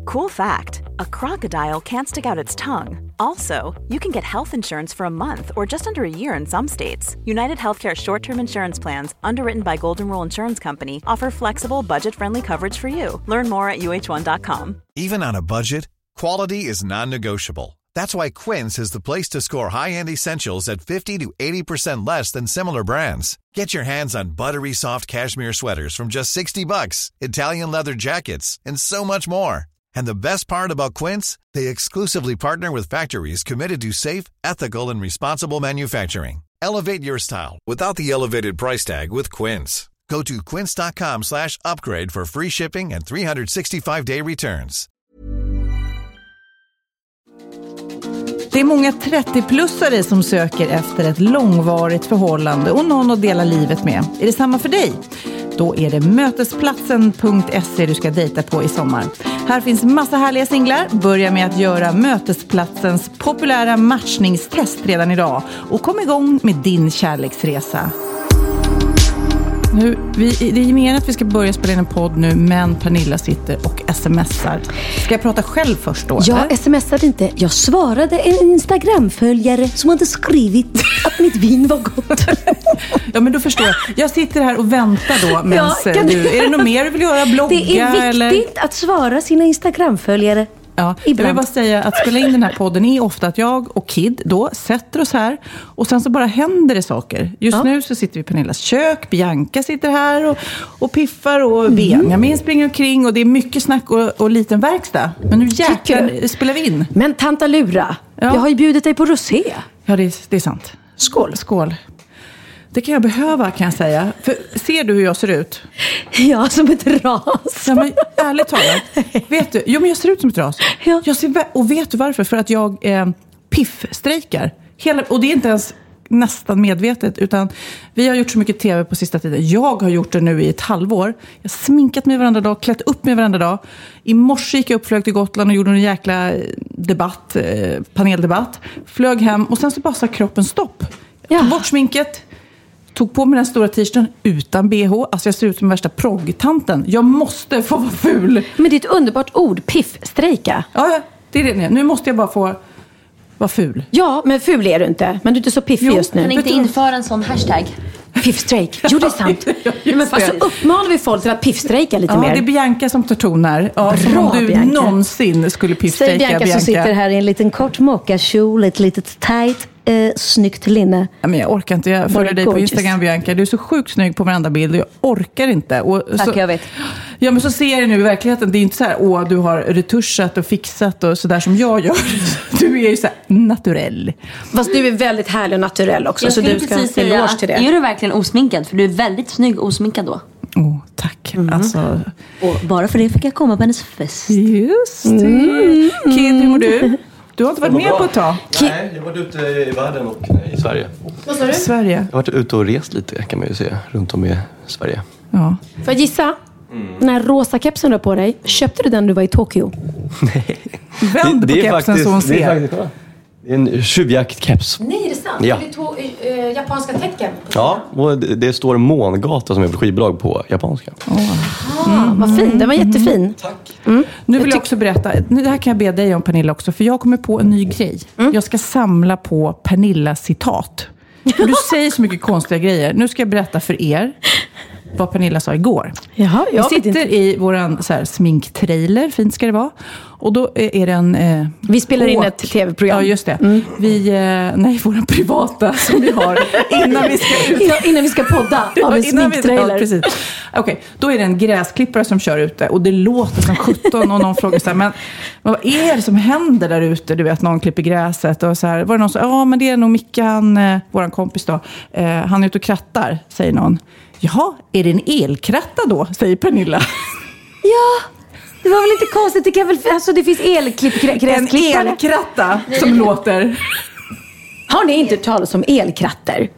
Cool fact, a crocodile can't stick out its tongue. Also, you can get health insurance for a month or just under a year in some states. United Healthcare short-term insurance plans, underwritten by Golden Rule Insurance Company, offer flexible, budget-friendly coverage for you. Learn more at uh1.com. Even on a budget, quality is non-negotiable. That's why Quince is the place to score high-end essentials at 50 to 80% less than similar brands. Get your hands on buttery soft cashmere sweaters from just $60, Italian leather jackets, and so much more. And the best part about Quince, they exclusively partner with factories committed to safe, ethical, and responsible manufacturing. Elevate your style without the elevated price tag with Quince. Go to quince.com/upgrade for free shipping and 365-day returns. Det är många 30-plussare som söker efter ett långvarigt förhållande och någon att dela livet med. Är det samma för dig? Då är det mötesplatsen.se du ska dejta på i sommar. Här finns massa härliga singlar. Börja med att göra Mötesplatsens populära matchningstest redan idag. Och kom igång med din kärleksresa. Det är mer att vi ska börja spela in en podd nu, men Pernilla sitter och smsar. Ska jag prata själv först då? Jag smsade inte. Jag svarade en Instagram-följare som hade skrivit att mitt vin var gott. Ja, men då förstår jag. Jag sitter här och väntar då. Är det något mer du vill göra? Blogga? Det är viktigt att svara sina Instagram-följare. Ja, jag vill bara säga att spela in den här podden är ofta att jag och Kid då sätter oss här och sen så bara händer det saker. Just nu så sitter vi i Pernillas kök, Bianca sitter här och piffar och Benjamin springer omkring och det är mycket snack och liten verkstad. Men nu jäklar spelar vi in. Men tanta Lura, jag har ju bjudit dig på rosé. Ja, det är sant. Skål. Det kan jag behöva, kan jag säga. För ser du hur jag ser ut? Ja, som ett ras. Ja, men ärligt talat. Vet du? Jo, men jag ser ut som ett ras. Ja. Och vet du varför? För att jag piffstrejkar. Och det är inte ens nästan medvetet. Utan vi har gjort så mycket tv på sista tiden. Jag har gjort det nu i ett halvår. Jag har sminkat mig varenda dag, klätt upp mig varenda dag. I morse gick jag upp, flög till Gotland och gjorde en jäkla paneldebatt. Flög hem och sen så bara sa kroppen stopp. Jag tog bort sminket. Tog på mig den stora t-shirten utan BH. Alltså jag ser ut som värsta proggtanten. Jag måste få vara ful. Men det är ett underbart ord, piffstrejka. Ja, det är det. Nu måste jag bara få vara ful. Ja, men ful är du inte. Men du är inte så piffig just nu. Kan inte införa en sån hashtag? Piffstrejk. Jo, det är sant. Men fast så uppmanar vi folk till att piffstrejka lite mer. Ja, det är Bianca som tar toner. Ja, som om du Bianca någonsin skulle piffstrejka. Säg Bianca som sitter här i en liten kort mockakjol, ett litet tight snyggt linne. Ja, men jag orkar inte. Jag följer dig på Instagram, Bianca. Du är så sjukt snygg på varenda bild. Jag orkar inte. Tack, jag vet. Ja, men så ser jag det nu i verkligheten. Det är inte så här, du har retuschat och fixat och sådär som jag gör. Du är ju så här naturell. Fast du är väldigt härlig och naturell också. Jag så du ska ha eloge till det. Är du verkligen osminkad? För du är väldigt snygg osminkad då. Tack. Alltså... Och bara för det fick jag komma på hennes fest. Just det. Kid, hur mår du? Du har inte varit med på ett tag. Nej, jag har varit ute i världen och i Sverige. Vad sa du? Sverige. Jag har varit ute och rest lite, kan man ju säga, runt om i Sverige. Ja. Får jag gissa? Den här rosa kepsen du har på dig, köpte du den när du var i Tokyo? Nej. Vänd på kepsen så hon ser. Det är en tjuvjakt-keps. Nej, det är sant. Ja. Det är två japanska tecken. Ja, och det står Mångata som är ett skivbolag på japanska. Vad fin, den var jättefin. Tack. Nu vill jag också berätta, det här kan jag be dig om, Pernilla, också. För jag kommer på en ny grej. Jag ska samla på Pernilla-citat. För du säger så mycket konstiga grejer. Nu ska jag berätta för er vad Pernilla sa igår. Jaha, vi sitter i våran så här, sminktrailer, fint ska det vara. Och då är det en... vi spelar in ett tv-program. Ja, just det. Nej, våra privata som vi har innan vi ska podda av en sminktrailer. Precis. Okej, då är det en gräsklippare som kör ute och det låter som 17 och någon frågar så här, men vad är det som händer där ute? Du vet, någon klipper gräset och så här. Var det någon som men det är nog Mickan, våran kompis då. Han är ute och krattar, säger någon. Jaha, är det en elkratta då? Säger Pernilla. Ja, det var väl inte konstigt. Det kan väl, alltså det finns gräsklippare. En elkratta som låter. Har ni inte talat om elkrattor?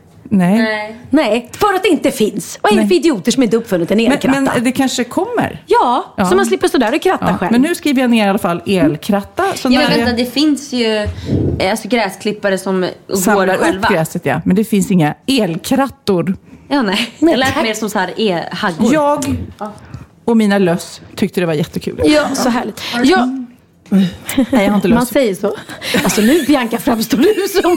Nej, för att det inte finns. Vad är det för idioter som inte uppfunnit en elkratta? Men det kanske kommer. Ja, så man slipper stå där och kratta själv. Men nu skriver jag ner i alla fall elkratta. Så men vänta, det finns ju gräsklippare som går själva. Upp gräset, ja. Men det finns inga elkrattor. Ja, nej. Jag lät mer som så här haggor. Jag och mina löss tyckte det var jättekul. Ja, så härligt. Nej, jag har inte löss. Man säger så. Alltså nu Bianca framstår du som...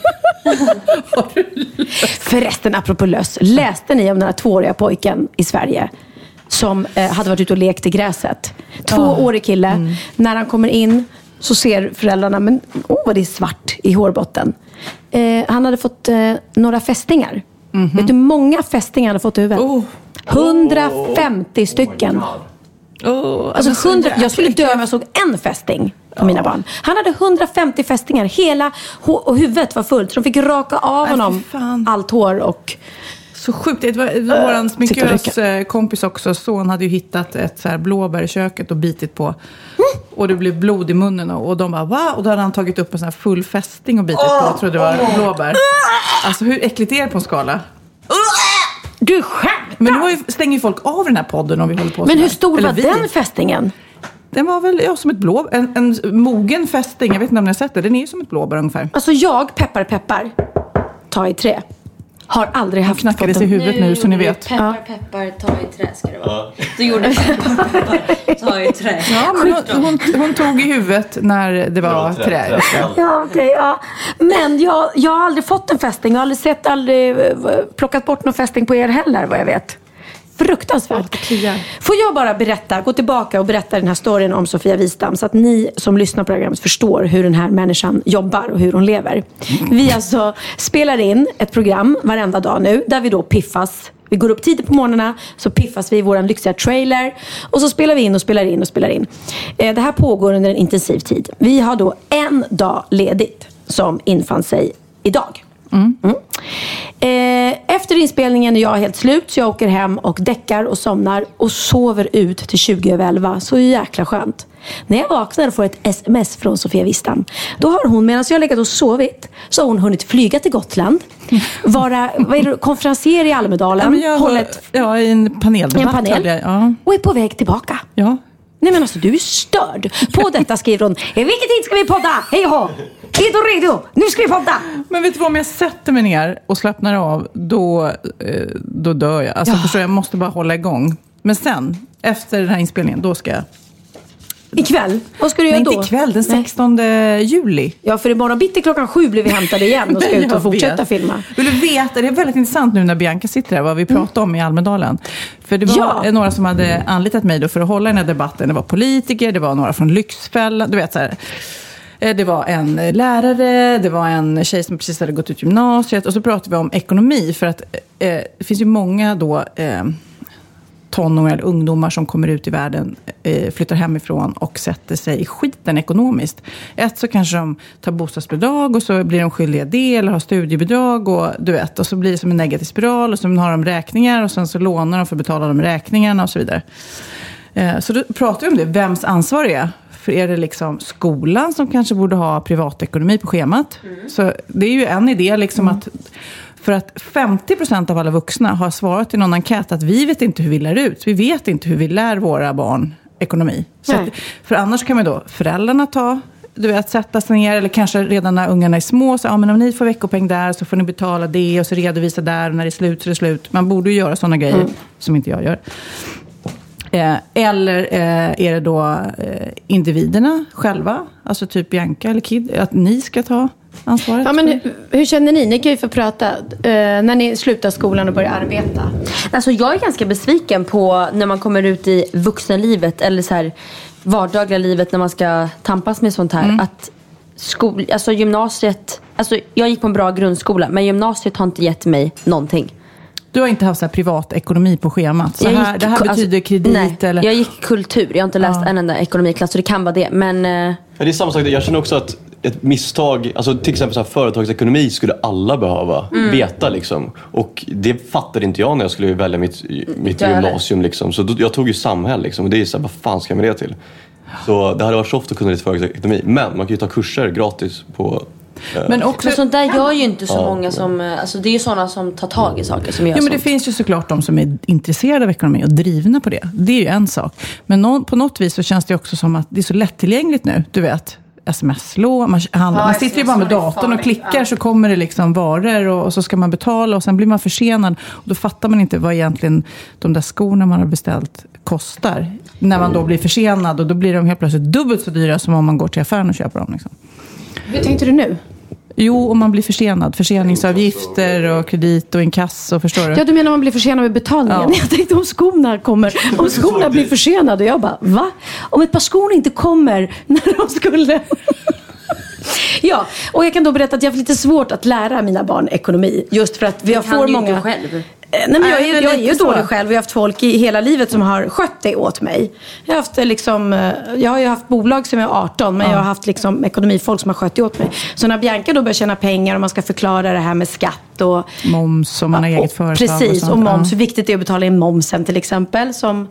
Förresten, apropå löss. Läste ni om den här 2-åriga pojken i Sverige som hade varit ute och lekt i gräset? 2-årig kille. När han kommer in så ser föräldrarna, men vad det är svart i hårbotten. Han hade fått några fästingar. Vet du hur många fästingar han hade fått i huvudet? 150 stycken. Alltså 100, jag skulle dö om jag såg en fästing på mina barn. Han hade 150 fästingar. Hela och huvudet var fullt. Så de fick raka av honom allt hår och... Så sjukt. Det var våran sminkörs kompis också. Son hade ju hittat ett så här blåbär i köket och bitit på. Och det blev blod i munnen. Och de bara, va? Och då hade han tagit upp en sån här full fästing och bitit på. Jag trodde det var blåbär. Alltså hur äckligt är det på en skala? Du skämtar! Men nu stänger ju folk av den här podden om vi håller på. Men hur stor var den fästingen? Den var väl som ett blåbär. En mogen fästing. Jag vet inte om ni har sett det. Den är ju som ett blåbär ungefär. Alltså jag, peppar, ta i trä. Har aldrig haft foten. Knackades i huvudet nu så ni vet. Peppar, ta i trä ska det vara. Du gjorde peppar, ta i trä. Ja, men hon tog i huvudet när det var trä. Ja, okej, ja. Men jag har aldrig fått en fästing. Jag har aldrig plockat bort någon fästing på er heller, vad jag vet. Fruktansvärt. Får jag bara gå tillbaka och berätta den här storyn om Sofia Wistam så att ni som lyssnar på programmet förstår hur den här människan jobbar och hur hon lever. Vi alltså spelar in ett program varenda dag nu där vi då piffas. Vi går upp tidigt på morgnarna, så piffas vi i våran lyxiga trailer och så spelar vi in och spelar in. Det här pågår under en intensiv tid. Vi har då en dag ledigt som infann sig idag. Efter inspelningen är jag helt slut, så jag åker hem och däckar och somnar och sover ut till 20:11. Så jäkla skönt. När jag vaknar och får ett sms från Sofia Wistam, då har hon, medan jag har legat och sovit, så har hon hunnit flyga till Gotland, vara konferencier i Almedalen, i en paneldebatt. Och är på väg tillbaka. Ja. Nej men alltså, du är störd. På detta skriver hon, vilken tid ska vi podda? Hej och hå! Redo, nu ska vi podda! Men vet du vad, om jag sätter mig ner och slappnar av, då dör jag. Alltså förstår jag måste bara hålla igång. Men sen, efter den här inspelningen, då ska jag... Ikväll? Vad ska du göra då? Nej, inte ikväll, den 16 juli. Ja, för imorgon bitti 7:00 blir vi hämtade igen och ska ut och fortsätta filma. Vill du veta, det är väldigt intressant nu när Bianca sitter här, vad vi pratar om i Almedalen. För det var några som hade anlitat mig då för att hålla den här debatten. Det var politiker, det var några från Lyxfällan, du vet så här. Det var en lärare, det var en tjej som precis hade gått ut gymnasiet. Och så pratade vi om ekonomi, för att det finns ju många då... tonåringar eller ungdomar som kommer ut i världen, flyttar hemifrån och sätter sig i skiten ekonomiskt. Så kanske de tar bostadsbidrag och så blir de skyldiga det, eller har studiebidrag och du vet, och så blir det som en negativ spiral och så har de räkningar och sen så lånar de för att betala de räkningarna och så vidare. Så då pratar vi om det, vems ansvar det är. För är det liksom skolan som kanske borde ha privatekonomi på schemat? Så det är ju en idé liksom att... För att 50% av alla vuxna har svarat i någon enkät att vi vet inte hur vi lär ut. Vi vet inte hur vi lär våra barn ekonomi. Så att, för annars kan man då föräldrarna sätta sig ner, eller kanske redan när ungarna är små, så men om ni får veckopeng där så får ni betala det och så redovisa där, och när det är slut så är det slut. Man borde ju göra sådana grejer som inte jag gör. Eller är det då individerna själva, alltså typ Bianca eller Kid, att ni ska ta ansvaret? Ja, men hur känner ni? Ni kan ju få prata när ni slutar skolan och börjar arbeta. Alltså jag är ganska besviken på när man kommer ut i vuxenlivet eller så här vardagliga livet, när man ska tampas med sånt här, att alltså gymnasiet, alltså jag gick på en bra grundskola, men gymnasiet har inte gett mig någonting. Du har inte haft så här privat ekonomi på schemat. Så här, det här betyder kredit. Nej, eller? Jag gick kultur. Jag har inte läst en enda ekonomiklass, så det kan vara det. Men det är samma sak. Jag känner också att ett misstag, alltså till exempel så här, företagsekonomi skulle alla behöva veta liksom. Och det fattade inte jag när jag skulle välja mitt gymnasium liksom. Så jag tog ju samhäll liksom. Och det är så här, vad fan ska jag med det till? Så det hade varit så ofta att kunna lite företagsekonomi. Men man kan ju ta kurser gratis på... Men sånt där gör ju inte så många som... Alltså det är ju sådana som tar tag i saker som gör men sånt. det finns ju såklart de som är intresserade av ekonomi och drivna på det. Det är ju en sak. Men på något vis så känns det också som att det är så lättillgängligt nu, du vet. sms-lån. Man sitter ju bara med datorn och klickar så kommer det liksom varor och så ska man betala och sen blir man försenad. Och då fattar man inte vad egentligen de där skorna man har beställt kostar. När man då blir försenad och då blir de helt plötsligt dubbelt så dyra som om man går till affären och köper dem. Liksom. Hur tänkte du nu? Jo, om man blir försenad. Förseningsavgifter och kredit och inkasso, förstår du? Ja, du menar man blir försenad med betalningen. Ja. Jag tänkte om skorna kommer. Om skorna blir försenade. Och jag bara, va? Om ett par skor inte kommer när de skulle... Ja, och jag kan då berätta att jag har lite svårt att lära mina barn ekonomi. Just för att jag får många... själv. Nej, men jag är ju dålig själv. Vi har haft folk i hela livet som har skött det åt mig. Jag har ju haft bolag som jag är 18, men jag har haft liksom ekonomifolk som har skött det åt mig. Så när Bianca då börjar tjäna pengar och man ska förklara det här med skatt och moms som man har eget företag. Precis, och moms. Hur viktigt det är att betala in momsen till exempel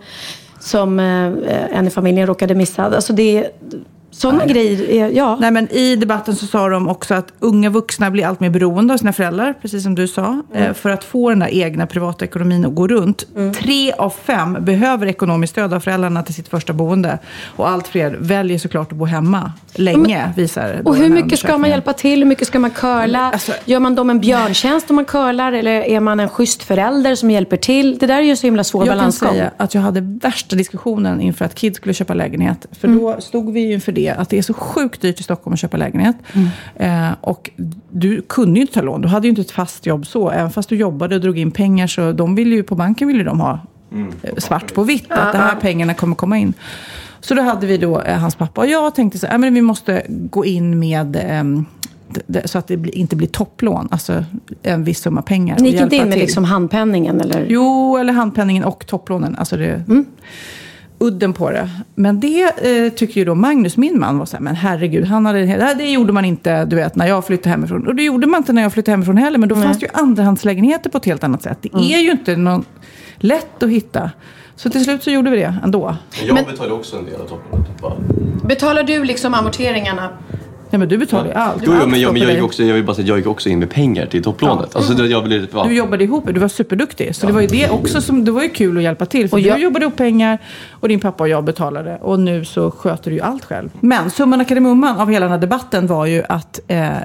som en i familjen råkade missa. Alltså det sådana grejer, ja. Nej, men i debatten så sa de också att unga vuxna blir allt mer beroende av sina föräldrar, precis som du sa, för att få den där egna privata ekonomin att gå runt. 3 av 5 behöver ekonomiskt stöd av föräldrarna till sitt första boende. Och allt fler väljer såklart att bo hemma länge, visar. Och hur mycket ska man hjälpa till? Hur mycket ska man curla? Alltså, gör man dem en björntjänst om man curlar? Eller är man en schysst förälder som hjälper till? Det där är ju så himla svår balansgång. Jag kan säga att jag hade värsta diskussionen inför att Kid skulle köpa lägenhet. För då stod vi ju inför det att det är så sjukt dyrt i Stockholm att köpa lägenhet. Och du kunde ju inte ta lån. Du hade ju inte ett fast jobb så. Även fast du jobbade och drog in pengar så de ville ju på banken ville de ha svart på vitt. Att de här pengarna kommer komma in. Så då hade vi då hans pappa och jag tänkte så här, men vi måste gå in med så att det inte blir topplån, alltså en viss summa pengar. Ni gick inte in med liksom handpenningen eller? Jo, eller handpenningen och topplånen, alltså det udden på det. Men det tycker ju då Magnus, min man, var så här, men herregud, det gjorde man inte, du vet, när jag flyttade hemifrån. Och det gjorde man inte när jag flyttade hemifrån heller, men då fanns det ju andrahandslägenheter på ett helt annat sätt. Det är ju inte någon lätt att hitta. Så till slut så gjorde vi det ändå. Jag betalade också en del av topplånet. Betalar du liksom amorteringarna? Ja, men du betalar ju allt. Jo, men jag vill bara säga att jag gick också in med pengar till topplånet. Ja. Alltså, du jobbade ihop, du var superduktig. Så det var ju det också som, det var ju kul att hjälpa till. För du jobbade ihop pengar och din pappa och jag betalade. Och nu så sköter du ju allt själv. Men summan av kardemumman av hela den här debatten var ju att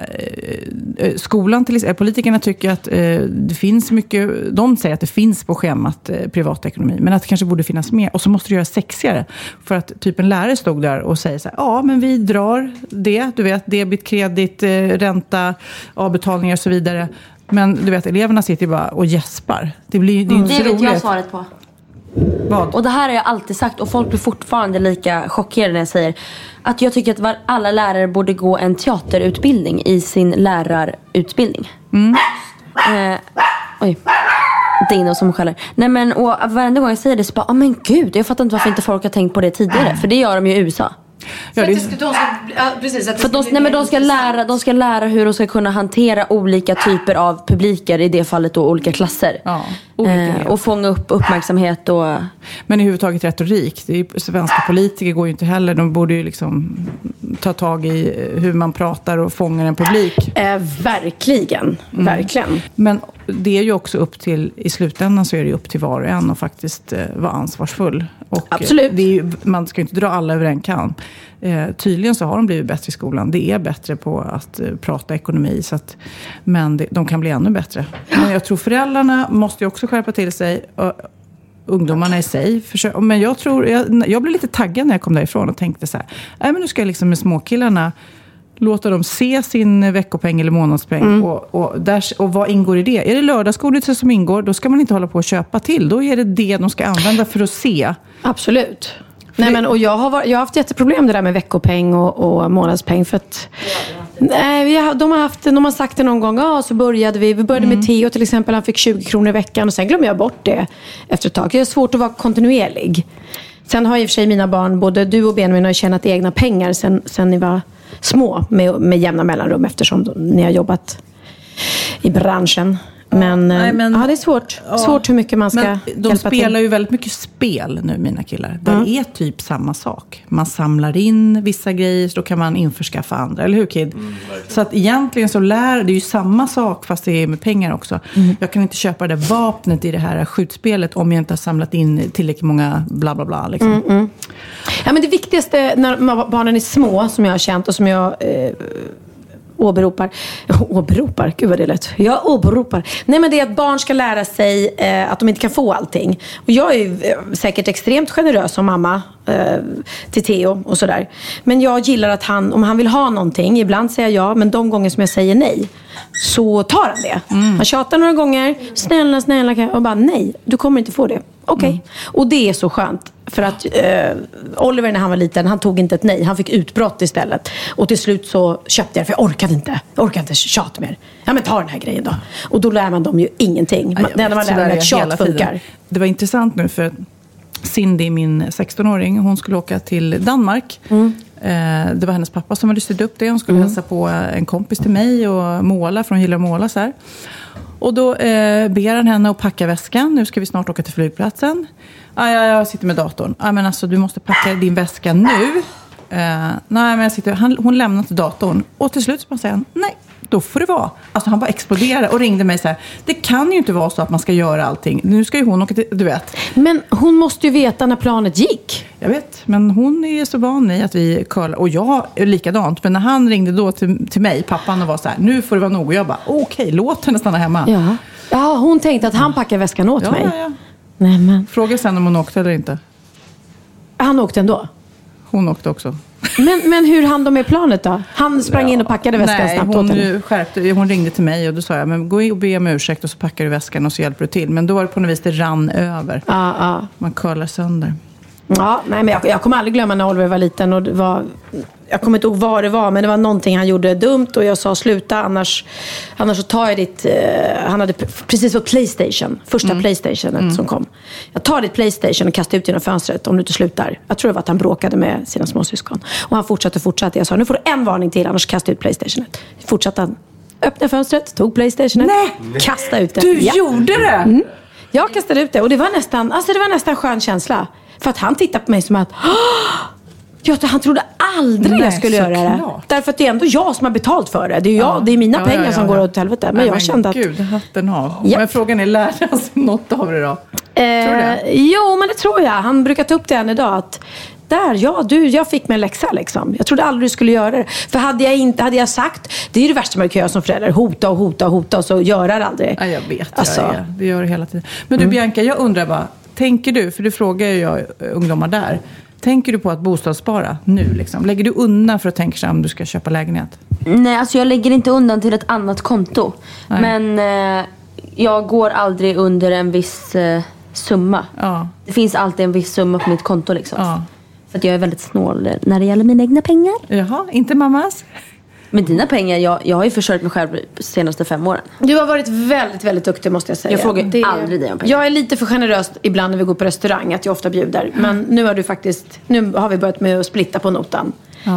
skolan, politikerna tycker att det finns mycket, de säger att det finns på schemat privatekonomi. Men att det kanske borde finnas mer. Och så måste du göra sexigare. För att typ en lärare stod där och säger så här, ja men vi drar det, du vet, debit, kredit, ränta, avbetalningar och så vidare. Men du vet, eleverna sitter ju bara och gäspar. Det är inte så roligt. Det vet jag svaret på. Vad? Och det här har jag alltid sagt och folk blir fortfarande lika chockerade när jag säger att jag tycker att alla lärare borde gå en teaterutbildning i sin lärarutbildning. Oj. Det är någon som skäller. Nej men, och varenda gång jag säger det så bara, men gud, jag fattar inte varför inte folk har tänkt på det tidigare. För det gör de ju i USA. Ja, de ska lära hur de ska kunna hantera olika typer av publiker, i det fallet då olika klasser. Ja, och fånga upp uppmärksamhet och... Men i huvudtaget retorik. Svenska politiker går ju inte heller. De borde ju liksom ta tag i hur man pratar och fångar en publik. Verkligen. Men det är ju också upp till, i slutändan så är det ju upp till var och en och faktiskt vara ansvarsfull. Och absolut. Det är ju, man ska ju inte dra alla över en kam. Tydligen så har de blivit bättre i skolan. Det är bättre på att prata ekonomi. Så att, men de kan bli ännu bättre. Men jag tror föräldrarna måste ju också skärpa till sig. Ungdomarna i sig. Men jag tror, jag blev lite taggad när jag kom därifrån och tänkte så här. Men nu ska jag liksom med småkillarna låta dem se sin veckopeng eller månadspeng. Och vad ingår i det? Är det lördagsgodis som ingår, då ska man inte hålla på att köpa till. Då är det de ska använda för att se. Absolut. Nej, men, och jag har haft jätteproblem det där med veckopeng och månadspeng. För att, de har sagt det någon gång. Så började vi började med Theo till exempel. Han fick 20 kronor i veckan och sen glömde jag bort det efter ett tag. Det är svårt att vara kontinuerlig. Sen har i och för sig mina barn, både du och Benjamin, har tjänat egna pengar sen ni var små med jämna mellanrum, eftersom ni har jobbat i branschen. Men det är svårt. Svårt hur mycket man ska hjälpa till. De spelar ju väldigt mycket spel nu, mina killar. Det är typ samma sak. Man samlar in vissa grejer, så då kan man införskaffa andra. Eller hur, Kid? Så att egentligen så lär det ju samma sak, fast det är med pengar också. Jag kan inte köpa det vapnet i det här skjutspelet om jag inte har samlat in tillräckligt många bla bla bla. Liksom. Ja, men det viktigaste när barnen är små, som jag har känt och som jag åberopar, gud vad det lät. Jag åberopar. Nej, men det är att barn ska lära sig att de inte kan få allting. Och jag är ju säkert extremt generös som mamma till Theo och sådär. Men jag gillar att om han vill ha någonting, ibland säger jag ja, men de gånger som jag säger nej, så tar han det. Han tjatar några gånger, snälla, och bara nej, du kommer inte få det. Okej. Och det är så skönt. För att Oliver, när han var liten, han tog inte ett nej. Han fick utbrott istället. Och till slut så köpte jag det, för jag orkar inte tjata mer. Ja, men ta den här grejen då. Och då lär man dem ju ingenting. Det enda man lär dem att tjat funkar. Det var intressant nu, för Cindy, min 16-åring, hon skulle åka till Danmark. Det var hennes pappa som hade styrt upp det. Hon skulle hälsa på en kompis till mig och måla, för hon gillar att måla så här. Och då ber han henne att packa väskan. Nu ska vi snart åka till flygplatsen. Jag sitter med datorn. Men alltså, du måste packa din väska nu. Nej, men hon lämnar till datorn. Och till slut så säger han, nej, då får det vara. Alltså han bara exploderade och ringde mig så här. Det kan ju inte vara så att man ska göra allting. Nu ska ju hon åka till, du vet. Men hon måste ju veta när planet gick. Jag vet, men hon är så van i att vi curlar. Och jag är likadant. Men när han ringde då till mig, pappan, och var så här, nu får det vara nog. Och jag bara, okej, låt henne stanna hemma. Ja, hon tänkte att han packar väskan åt mig. Ja. Nej, men. Fråga sen om hon åkte eller inte. Han åkte ändå? Hon åkte också. Men hur hann de med planet då? Han sprang in och packade väskan snabbt åt henne. Hon ringde till mig och då sa jag, men gå in och be om ursäkt och så packar du väskan och så hjälper du till. Men då var det på något vis, det rann över. Man curlar sönder. Ja, nej, men jag kommer aldrig glömma när Oliver var liten och det var, jag kommer inte ihåg vad det var, men det var någonting han gjorde dumt och jag sa sluta, annars så tar jag ditt, han hade precis fått PlayStation, första PlayStationen som kom. Jag tar ditt PlayStation och kastar ut genom fönstret om du inte slutar. Jag tror det var att han bråkade med sina småsyskon. Och han fortsatte. Jag sa, nu får du en varning till, annars kastar ut PlayStationet. Fortsatte han. Öppna fönstret, tog PlayStationet. Nej! Kasta ut det. Du gjorde det? Jag kastade ut det och det var nästan skön känsla. För att han tittade på mig som att han trodde aldrig jag skulle göra det. Därför att det är ändå jag som har betalt för det. Det är, det är mina pengar som går åt helvete. Men jag kände att... Gud, hatten av. Men frågan är, lärde han sig något av det då? Tror du det? Jo, men det tror jag. Han brukar ta upp det än idag att jag fick mig en läxa liksom. Jag trodde aldrig du skulle göra det. För hade jag sagt, det är det värsta man kan göra som förälder. Hota och så gör det aldrig. Ja, jag vet. Alltså. Det gör det hela tiden. Men du Bianca, jag undrar bara, tänker du, för du frågar ju jag ungdomar där, tänker du på att bostadsspara nu liksom? Lägger du undan för att tänka sig om du ska köpa lägenhet? Nej, alltså jag lägger inte undan till ett annat konto. Nej. Men jag går aldrig under en viss summa. Ja. Det finns alltid en viss summa på mitt konto liksom. Ja. För att jag är väldigt snål när det gäller mina egna pengar. Jaha, inte mammas? Men dina pengar, jag har ju försörjt mig själv de senaste 5 åren. Du har varit väldigt, väldigt duktig, måste jag säga. Jag frågar aldrig dig om pengar. Jag är lite för generös ibland när vi går på restaurang, att jag ofta bjuder. Men nu har vi börjat med att splitta på notan.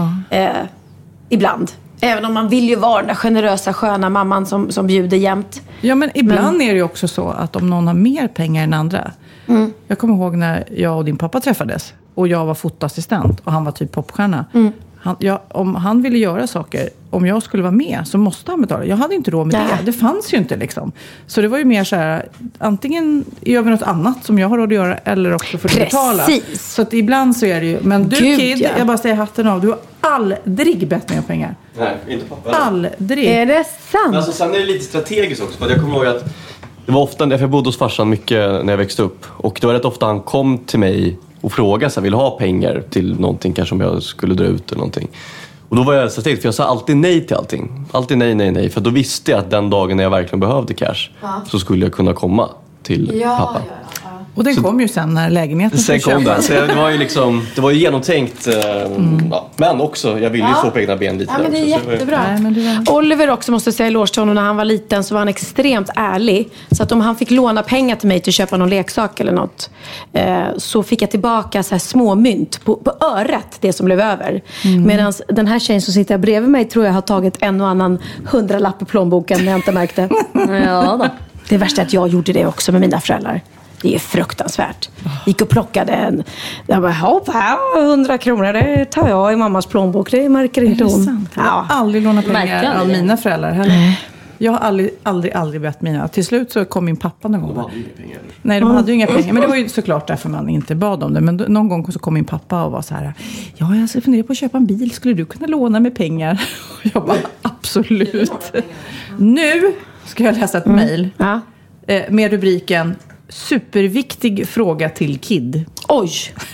Ibland. Även om man vill ju vara den där generösa, sköna mamman som bjuder jämt. Ja, men ibland är det ju också så att om någon har mer pengar än andra. Jag kommer ihåg när jag och din pappa träffades. Och jag var fotoassistent och han var typ popstjärna. Om han ville göra saker, om jag skulle vara med, så måste han betala. Jag hade inte råd med det. Det fanns ju inte liksom. Så det var ju mer så här, antingen gör vi något annat som jag har råd att göra, eller också får du betala. Så att ibland så är det ju, men du Kid, jag bara säger hatten av, du har aldrig bett mig om pengar. Nej, inte pappa. Aldrig. Är det sant? Men alltså, sen är det lite strategiskt också, för jag kommer ihåg att det var ofta, för jag bodde hos farsan mycket när jag växte upp, och det var rätt ofta han kom till mig och frågade så här, vill ha pengar till någonting, kanske om jag skulle dra ut eller någonting. Och då var jag strategisk, för jag sa alltid nej till allting. Alltid nej. För då visste jag att den dagen när jag verkligen behövde cash så skulle jag kunna komma till pappa. Och den kom ju sen när lägenheten sen kom den. Så det var ju liksom, det var ju genomtänkt. Men också, jag ville ju stå på egna ben lite. Ja, men det är jättebra. Oliver också, måste säga eloge till honom, när han var liten så var han extremt ärlig. Så att om han fick låna pengar till mig till att köpa någon leksak eller något, så fick jag tillbaka så här små mynt på öret, det som blev över. Medan den här tjejen som sitter bredvid mig tror jag har tagit en och annan 100-lapp i plånboken när jag inte märkte. Ja då. Det värsta är att jag gjorde det också med mina föräldrar. Det är fruktansvärt. Gick och plockade jag bara, hopp, 100 kronor, det tar jag i mammas plånbok. Det märker inte hon. Jag har aldrig lånat pengar av mina föräldrar heller. Jag har aldrig bett mina. Till slut så kom min pappa någon gång. Nej, de hade ju inga pengar. Men det var ju såklart därför man inte bad om det. Men någon gång så kom min pappa och var så här: ja, jag ska fundera på att köpa en bil. Skulle du kunna låna mig pengar? Och jag bara, absolut. Nu ska jag läsa ett mejl med rubriken superviktig fråga till Kid. Oj!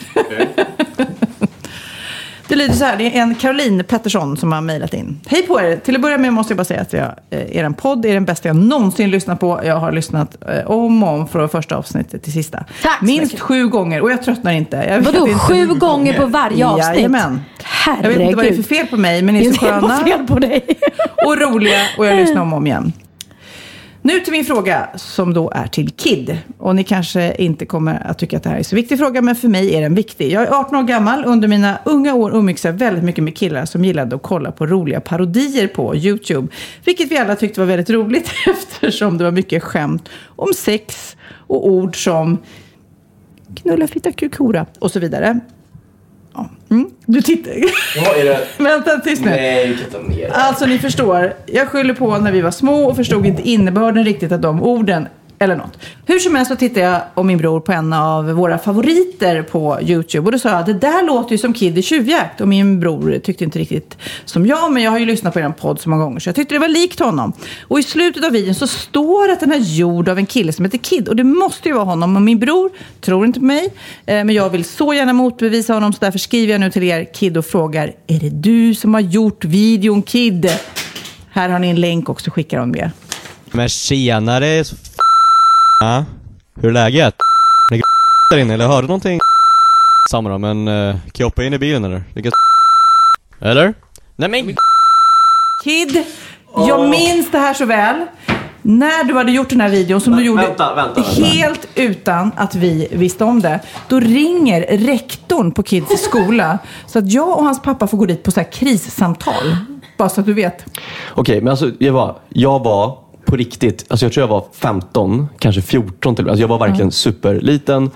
Det lyder så här, det är en Caroline Pettersson som har mejlat in. Hej på er! Till att börja med måste jag bara säga att er podd är den bästa jag någonsin lyssnat på. Jag har lyssnat om från första avsnittet till sista. Tack, minst 7 gånger och jag tröttnar inte. Vadå, 7 gånger på varje avsnitt? Jajamän. Herregud. Jag vet inte vad det är för fel på mig, men ni är så sköna. Det är fel på dig. Och roliga, och jag lyssnar om och om igen. Nu till min fråga som då är till Kid. Och ni kanske inte kommer att tycka att det här är så viktig fråga, men för mig är den viktig. Jag är 18 år gammal. Under mina unga år umgicks jag väldigt mycket med killar som gillade att kolla på roliga parodier på YouTube. Vilket vi alla tyckte var väldigt roligt eftersom det var mycket skämt om sex och ord som knulla, fitta, kukora och så vidare. Ja. Du tittar. Ja, är det... Vänta tills nu. Nej, titta ner. Alltså ni förstår, jag skyller på när vi var små och förstod inte innebörden riktigt av de orden eller något. Hur som helst så tittade jag och min bror på en av våra favoriter på YouTube. Och då sa jag, det där låter ju som Kid i tjuvjakt. Och min bror tyckte inte riktigt som jag, men jag har ju lyssnat på den podd så många gånger. Så jag tyckte det var likt honom. Och i slutet av videon så står att den är gjord av en kille som heter Kid. Och det måste ju vara honom. Och min bror tror inte på mig. Men jag vill så gärna motbevisa honom. Så därför skriver jag nu till er Kid och frågar, är det du som har gjort videon Kid? Här har ni en länk också, skickar hon med. Men tjenare. Ja, hur är läget? Är det där inne eller hörde någonting? Samma då, men kan jag hoppa in i bilen eller? Eller? Nej men... Kid, jag minns det här så väl. När du hade gjort den här videon som du gjorde vänta. helt utan att vi visste om det. Då ringer rektorn på Kids skola så att jag och hans pappa får gå dit på så här krissamtal. Bara så att du vet. Okej, men alltså jag var på riktigt, alltså jag tror jag var 15, kanske 14 till. Alltså jag var verkligen superliten.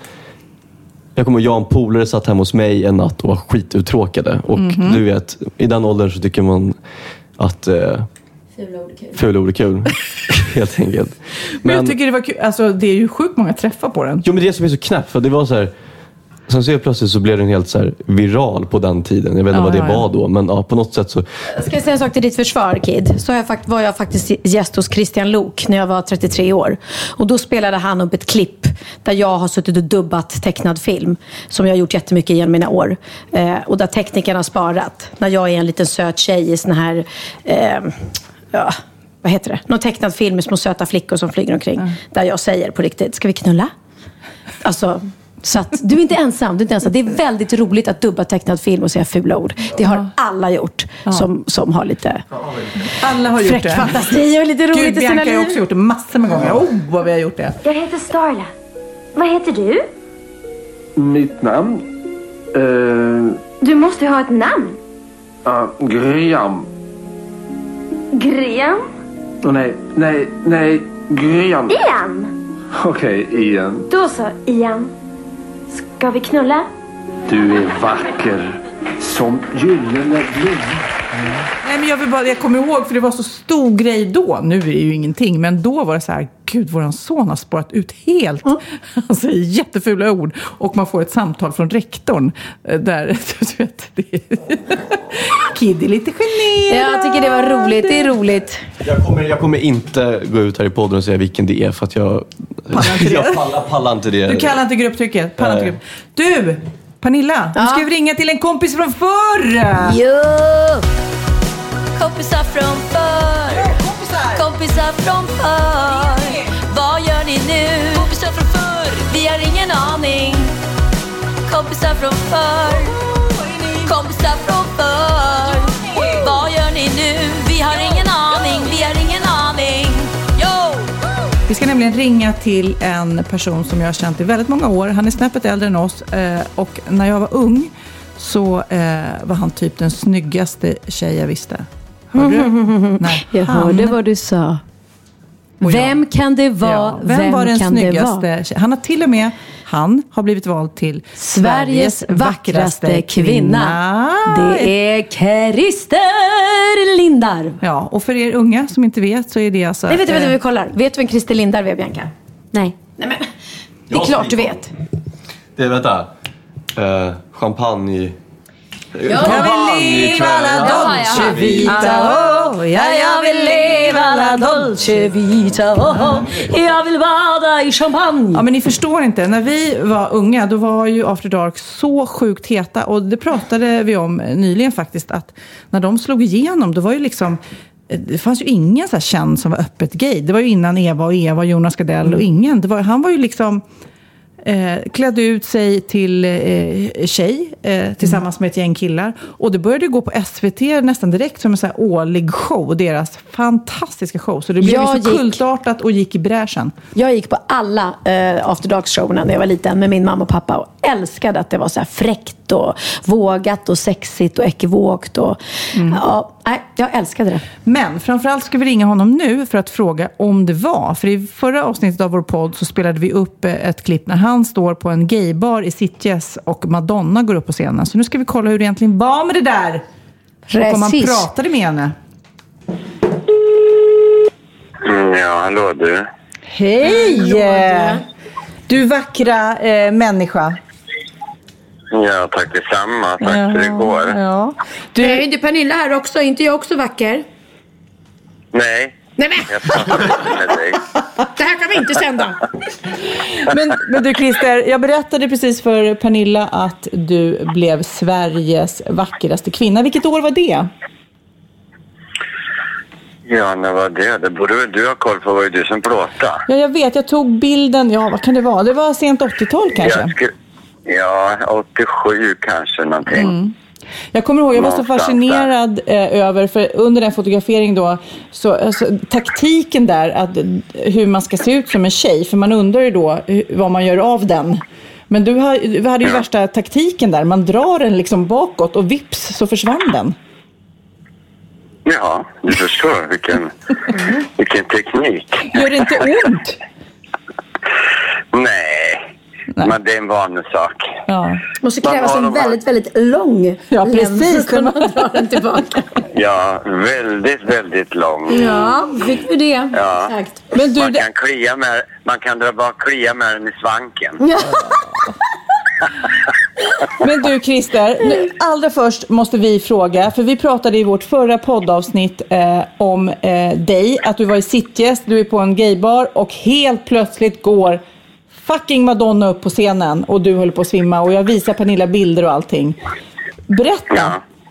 Jag kommer ihåg, jag och en polare satt hemma hos mig en natt och var skituttråkade. Och du vet, i den åldern så tycker man att fula ord är kul. Helt enkelt. Men jag tycker det var kul. Alltså det är ju sjukt många träffar på den. Jo, men det som är så knäppt, för det var så här. Sen så plötsligt så blev den helt så här viral på den tiden. Jag vet inte vad det var då, men på något sätt så... Ska jag säga en sak till ditt försvar, Kid? Så var jag faktiskt gäst hos Christian Lok när jag var 33 år. Och då spelade han upp ett klipp där jag har suttit och dubbat tecknad film. Som jag har gjort jättemycket genom mina år. Och där teknikerna har sparat. När jag är en liten söt tjej i sån här... vad heter det? Någon tecknad film med små söta flickor som flyger omkring. Där jag säger på riktigt, ska vi knulla? Alltså... Så att du är inte ensam, Det är väldigt roligt att dubba tecknad film och säga fula ord. Det har alla gjort som har lite alla har gjort det. Fantasi och lite roligt i sina liv. Bianca har också gjort det massor med gånger. Vad vi har gjort det. Jag heter Starla. Vad heter du? Mitt namn? Du måste ju ha ett namn. Graham. Graham? Nej, Graham. Ian? Okej, Ian. Då så, Ian. Ska vi knulla? Du är vacker som gyllene blomma. Nej, men jag kommer ihåg, för det var så stor grej då. Nu är det ju ingenting, men då var det så här, gud, våran son har spårat ut helt. Han säger jättefula ord och man får ett samtal från rektorn där, du vet, Kid är lite generad. Jag tycker det var roligt, det är roligt. Jag kommer inte gå ut här i podden och säga vilken det är, för att jag pallar inte det. Du kallar inte grupptrycket. Du, Pernilla, du ska ju ringa till en kompis från förr. Jo! Kompisar från förr. Kompisar från förr. Vad gör ni nu? Kompisar från förr. Vi har ingen aning. Kompisar från förr. Kompisar från förr. Vad gör ni nu? Vi har ingen aning. Vi har ingen aning. Jo! Vi ska nämligen ringa till en person som jag har känt i väldigt många år. Han är snäppet äldre än oss. Och när jag var ung så var han typ den snyggaste tjej jag visste. Hörde du? Nej, jag hörde vad du sa. Vem kan det vara? Ja, vem var den snyggaste? Han har till och med blivit vald till Sveriges vackraste kvinna. Det är Christer Lindarw. Ja, och för er unga som inte vet så är det alltså... Nej, vet du, vi kollar. Vet du vem Christer Lindarw är, Bianca? Nej. Nej, men det är klart du vet. Det är, vänta. Champagne... Jag vill leva la dolce vita, jag vill leva la dolce vita, jag vill bada i champagne. Ja, men ni förstår inte, när vi var unga då var ju After Dark så sjukt heta, och det pratade vi om nyligen faktiskt, att när de slog igenom då var ju liksom, det fanns ju ingen så här känd som var öppet gay. Det var ju innan Eva, Jonas Gardell och ingen. Han var ju liksom klädde ut sig till tjej tillsammans med ett gäng killar, och det började gå på SVT nästan direkt som en så här årlig show, deras fantastiska show, så det blev ju så kultartat och gick i bräschen. Jag gick på alla After Dark-showerna när jag var liten med min mamma och pappa och älskade att det var så här fräckt och vågat och sexigt och ekivokt och jag älskade det. Men framförallt ska vi ringa honom nu för att fråga om det var, för i förra avsnittet av vår podd så spelade vi upp ett klipp när han står på en gaybar i Sitges och Madonna går upp på scenen. Så nu ska vi kolla hur det egentligen var med det där. Precis. Och om man pratade med henne. Ja, hallå du. Hej! Du vackra människa. Ja, tack detsamma. Tack för igår. Ja. Du är inte Pernilla här också? Är inte jag också vacker? Nej. Nej, men. Jag pratar inte med dig. Det här kan vi inte sända. Men du Christer, jag berättade precis för Pernilla att du blev Sveriges vackraste kvinna. Vilket år var det? Ja, när var det? Det borde väl du ha koll på, vad är du som plåta? Ja, jag vet. Jag tog bilden. Ja, vad kan det vara? Det var sent 80-tal kanske? Ja, 87 kanske någonting. Jag kommer ihåg, jag var så fascinerad över, för under den fotografering då, så alltså, taktiken där, att hur man ska se ut som en tjej, för man undrar ju då vad man gör av den. Men du hade ju värsta taktiken där, man drar den liksom bakåt och vips så försvann den. Ja, du förstår vilken teknik. Gör det inte ont? Nej. Men det är en vanlig sak. Ja. Måste krävas en väldigt, väldigt lång precis, för att kunna dra den tillbaka. Ja, väldigt, väldigt lång. Ja, fick vi det. Ja. Exakt. Men du, man kan dra bak klia med den i svanken. Ja. Men du Christer, allra först måste vi fråga, för vi pratade i vårt förra poddavsnitt om dig, att du var i Sitges, du är på en gaybar och helt plötsligt går fucking Madonna upp på scenen och du höll på att svimma och jag visar Pernilla bilder och allting. Berätta.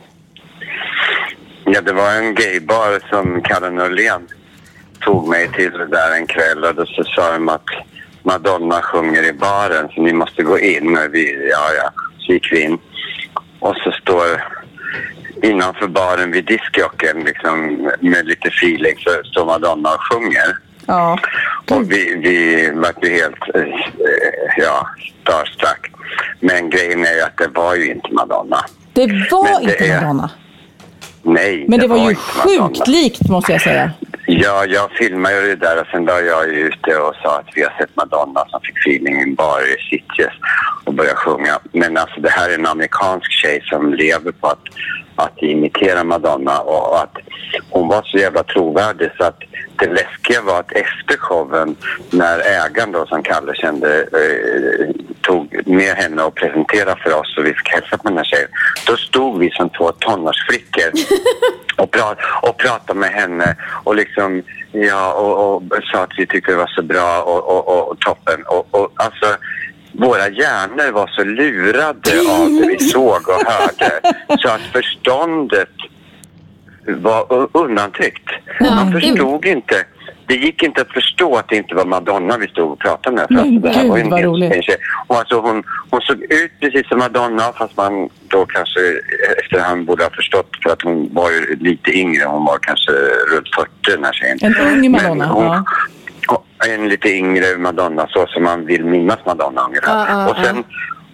Ja, det var en gaybar som Kalle Norlén tog mig till där en kväll, och då så sa de att Madonna sjunger i baren så ni måste gå in. Så gick vi in. Och så står innanför baren vid diskjocken liksom, med lite feeling, så står Madonna och sjunger. Ja. Och vi var ju helt starstruck. Men grejen är ju att det var ju inte Madonna. Det var inte Madonna? Nej. Men det var ju sjukt likt, måste jag säga. Ja, jag filmade ju det där och sen var jag ju ute och sa att vi har sett Madonna som fick feeling i en bar i Sitges och började sjunga. Men alltså det här är en amerikansk tjej som lever på att imitera Madonna, och att hon var så jävla trovärdig så att det läskiga var att efter showen, när ägaren då som Kalle kände tog med henne och presenterade för oss och vi fick hälsa på den här tjejen, då stod vi som 2 tonårsflickor och pratade med henne och liksom och sa att vi tyckte det var så bra och toppen och alltså våra hjärnor var så lurade av det vi såg och hörde så att förståndet var undantryckt. Man förstod inte. Det gick inte att förstå att det inte var Madonna vi stod och pratade med. Men gud, vad roligt. Och alltså hon såg ut precis som Madonna, fast man då kanske efterhand borde ha förstått, för att hon var ju lite yngre. Hon var kanske runt 40 den här tjejen. En ung Madonna, en lite yngre Madonna, så som man vill minnas Madonna ungefär. Och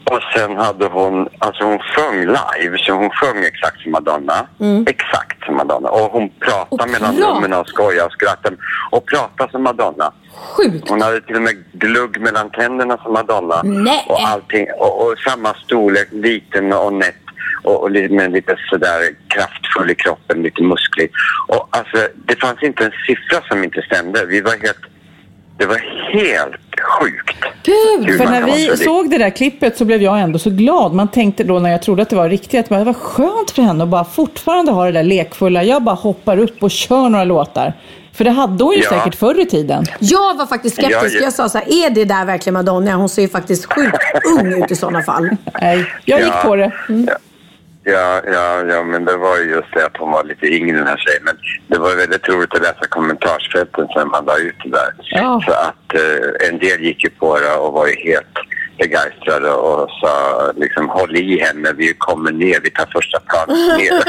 Och sen hade hon sjöng live, så hon sjöng exakt som Madonna. Exakt som Madonna. Och hon pratade mellan numren och skojade och skrattade. Och pratade som Madonna. Sjukt. Hon hade till och med glugg mellan tänderna som Madonna. Nej. Och allting. Och samma storlek, liten och nätt. Och med lite sådär kraftfull i kroppen, lite musklig. Och alltså, det fanns inte en siffra som inte stämde. Det var helt sjukt. Gud, för när vi såg det där klippet så blev jag ändå så glad. Man tänkte då när jag trodde att det var riktigt att det var skönt för henne att bara fortfarande ha det där lekfulla. Jag bara hoppar upp och kör några låtar. För det hade hon ju säkert förr i tiden. Jag var faktiskt skeptisk. Jag sa så här, är det där verkligen Madonna? Hon ser ju faktiskt sjukt ung ut i sådana fall. Nej, jag gick på det. Ja, men det var ju just det att hon var lite yngre den här tjejen. Men det var väldigt roligt att läsa kommentarsfälten sen man la ut det där. Ja. Så att en del gick ju på det och var ju helt begeistrade och sa liksom, håll i henne, vi kommer ner, vi tar första planet ner.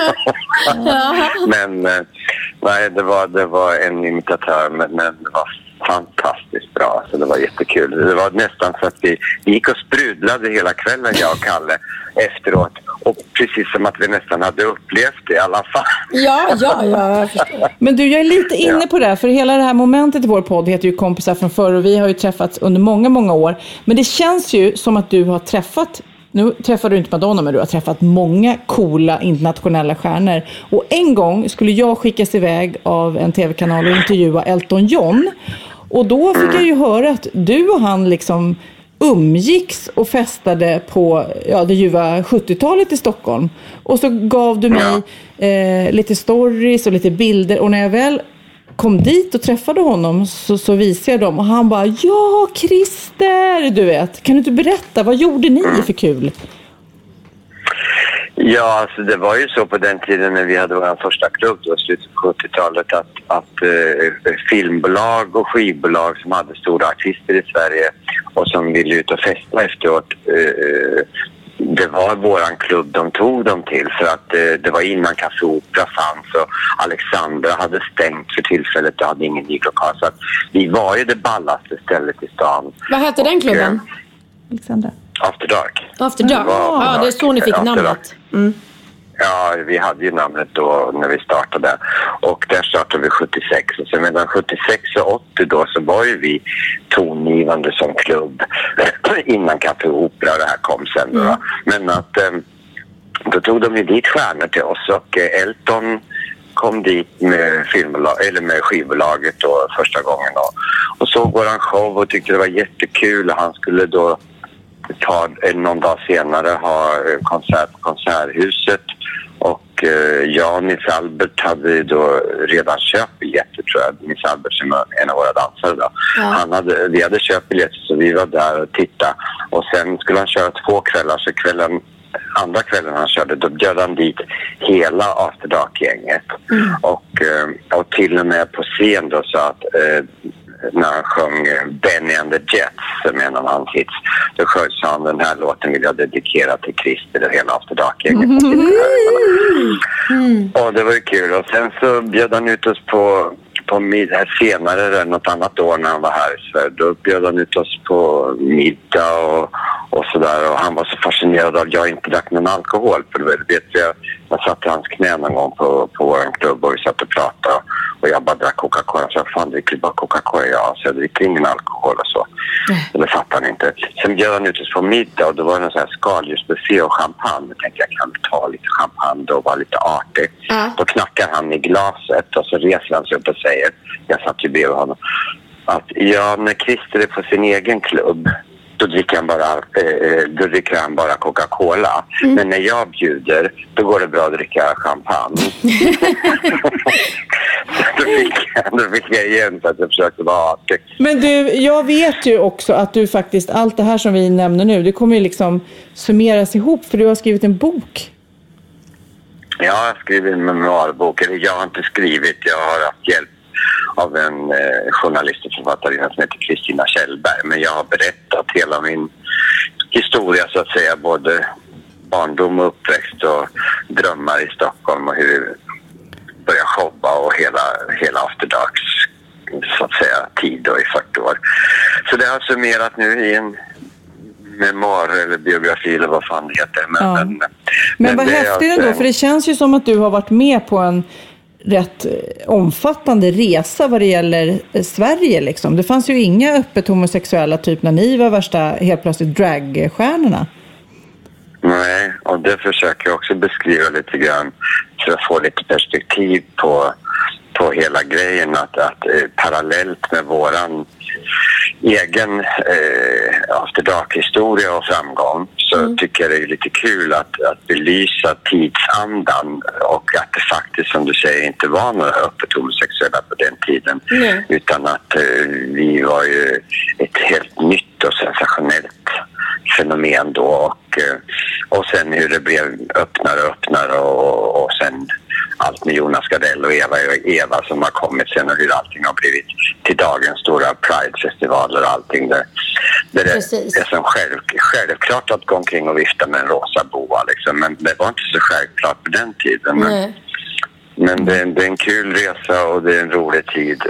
Men nej, det var en imitatör, men det var fantastiskt bra, så det var jättekul. Det var nästan så att vi gick och sprudlade hela kvällen, jag och Kalle, efteråt. Och precis som att vi nästan hade upplevt det i alla fall. Ja, jag förstår. Men du, jag är lite inne på det, för hela det här momentet i vår podd heter ju Kompisar från förr, och vi har ju träffats under många, många år. Men det känns ju som att du har träffat, nu träffade du inte Madonna, men du har träffat många coola internationella stjärnor. Och en gång skulle jag skickas iväg av en tv-kanal och intervjua Elton John. Och då fick jag ju höra att du och han liksom umgicks och festade på det ljuva 70-talet i Stockholm. Och så gav du mig lite stories och lite bilder. Och när jag väl kom dit och träffade honom så visade jag dem. Och han bara, ja Christer, du vet. Kan du inte berätta, vad gjorde ni för kul? Ja, alltså det var ju så på den tiden när vi hade vår första klubb då, slutet på 70-talet, att filmbolag och skivbolag som hade stora artister i Sverige och som ville ut och festa efteråt, det var våran klubb de tog dem till, för att det var innan Café Opera fanns och Alexandra hade stängt för tillfället och hade ingen ny lokal, så att vi var ju det ballaste stället i stan. Vad hette den klubben? Alexandra. After Dark. After Dark. Ja, det är så ni fick namnet. Ja, vi hade ju namnet då när vi startade. Och där startade vi 76. Och sen mellan 76 och 80 då så var ju vi tongivande som klubb innan Café Opera och det här kom sen då. Men att då tog de ju dit stjärnor till oss, och Elton kom dit med med skivbolaget då första gången då. Och såg våran show och tyckte det var jättekul. Han skulle då någon dag senare ha konsert på Konserthuset, och Nils Albert hade då redan köpt biljetter, tror jag. Nils Albert som är en av våra dansare då. Ja. Vi hade köpt biljetter, så vi var där och tittade, och sen skulle han köra 2 kvällar, så andra kvällen han körde, då bjöd han dit hela After Dark-gänget. Och till och med på scen då sa att när han sjöng Benny and the Jets, som en av hans hits, då sa han, den här låten vill jag dedikera till Christer och hela After Dark-gänget. Och det var ju kul. Och sen så bjöd han ut oss på middag senare, något annat år när han var här i Sverige. Då bjöd han ut oss på middag och sådär. Och han var så fascinerad av att jag inte drack någon alkohol. För det vet jag satt i hans knä någon gång på en klubb och vi satt och pratade. Och jag bara drack Coca-Cola. Så jag fan, dricker bara Coca-Cola? Ja, så jag dricker ingen alkohol och så. Och det fattade han inte. Sen bjöd han ut oss på middag, och då var det en sån här skaldjursbuffé och champagne. Då tänkte jag kan ta lite champagne och vara lite artig. Då knackar han i glaset och så reser han sig upp och säger, jag satt ju bredvid honom, att när Christer är på sin egen klubb, då dricker han bara Coca-Cola. Men när jag bjuder, då går det bra att dricka champagne. då fick jag igen, så att jag försökte vara artig. Men du, jag vet ju också att du faktiskt, allt det här som vi nämner nu, det kommer ju liksom summeras ihop, för du har skrivit en bok. Ja, jag har skrivit en memoarbok. Eller jag har inte skrivit, jag har haft hjälp av en journalist och författare som heter Kristina Kjellberg. Men jag har berättat hela min historia, så att säga, både barndom och uppväxt och drömmar i Stockholm och hur vi började jobba och hela After Darks, så att säga, tid då i 40 år. Så det har summerat nu i en memoar eller biografi eller vad fan det heter. Men vad häftigt ändå, för det känns ju som att du har varit med på en rätt omfattande resa vad det gäller Sverige liksom. Det fanns ju inga öppet homosexuella typ när ni var värsta helt plötsligt dragstjärnorna. Nej, och det försöker jag också beskriva lite grann för att få lite perspektiv på hela grejen. Att parallellt med våran egen After Dark-historia och framgång så tycker jag det är lite kul att belysa tidsandan och att det faktiskt, som du säger, inte var några öppet homosexuella på den tiden. Utan att vi var ju ett helt nytt och sensationellt fenomen då och sen hur det blev öppnare och sen allt med Jonas Gardell och Eva som har kommit sen och hur allting har blivit till dagens stora Pride-festivaler och allting. Det är som självklart att gå omkring och vifta med en rosa boa liksom, men det var inte så självklart på den tiden. Men det är en kul resa och det är en rolig tid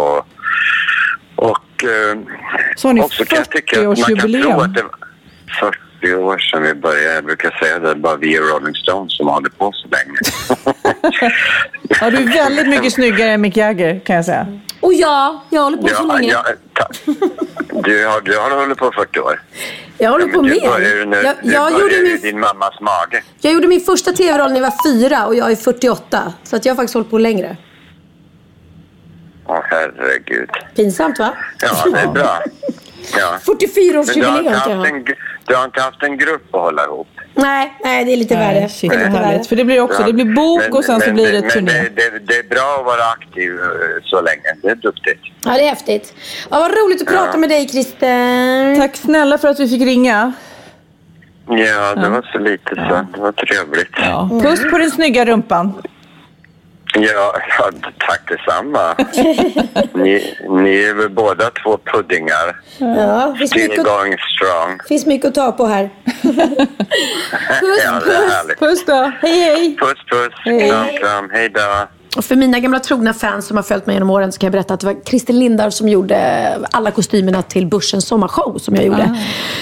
så har ni också kan jag tycka att man kan tro att det var 40 år sedan vi började. Jag brukar säga det, bara vi och Rolling Stones som håller på så länge. Ja, du är väldigt mycket snyggare än Mick Jagger, kan jag säga. Och jag håller på så länge. Du har hållit på 40 år. Jag håller på mer. Jag gjorde din mammas mage. Jag gjorde min första tv-roll när jag var 4 och jag är 48. Så att jag har faktiskt hållit på längre. Åh, herregud. Pinsamt, va? Ja, det är bra. Ja. 44-årsjubileum. Du har inte haft en grupp att hålla ihop? Nej, det är lite värre. För det blir också, det blir bok och sen så blir det turné. Det är bra att vara aktiv så länge. Det är duktigt. Ja, det är häftigt. Ja, vad roligt att prata med dig, Christer. Tack snälla för att vi fick ringa. Ja, det var så lite så. Det var trevligt. Ja. Puss på den snygga rumpan. Ja, tack detsamma. ni är väl båda två puddingar. Ja, still going strong. Finns mycket att ta på här. Puss då. Hej. Puss. Kram. Hej då. Och för mina gamla trogna fans som har följt mig genom åren så kan jag berätta att det var Christer Lindar som gjorde alla kostymerna till Börsens sommarshow som jag gjorde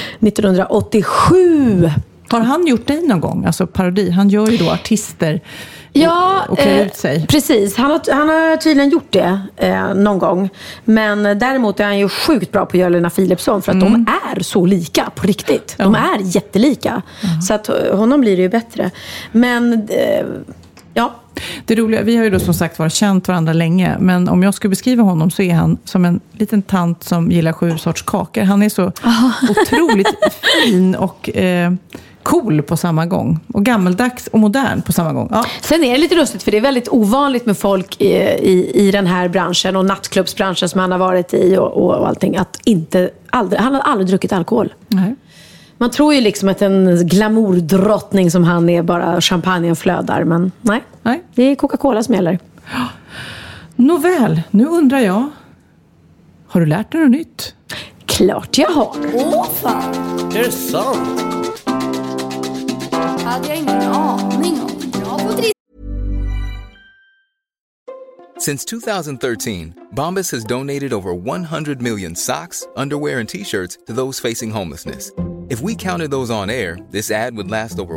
1987. Har han gjort dig någon gång? Alltså parodi. Han gör ju då artister. Ja, och klär ut sig. Precis. Han har tydligen gjort det någon gång. Men däremot är han ju sjukt bra på Jörlena Philipsson för att de är så lika på riktigt. De är jättelika. Så att honom blir det ju bättre. Men ja. Det roliga, vi har ju då som sagt varit känt varandra länge. Men om jag skulle beskriva honom så är han som en liten tant som gillar 7 sorts kakor. Han är så otroligt fin och cool på samma gång. Och gammaldags och modern på samma gång. Ja. Sen är det lite lustigt för det är väldigt ovanligt med folk i den här branschen och nattklubbsbranschen som han har varit i och allting. Att han har aldrig druckit alkohol. Nej. Man tror ju liksom att en glamourdrottning som han är bara champagne flödar. Men nej. Det är Coca-Cola som gäller. Nåväl, nu undrar jag. Har du lärt dig något nytt? Klart jag har. Åh fan. Är det sant? Hade jag ingen aning om. Jag har fått Since 2013, Bombas has donated over 100 million socks, underwear, and T-shirts to those facing homelessness. If we counted those on air, this ad would last over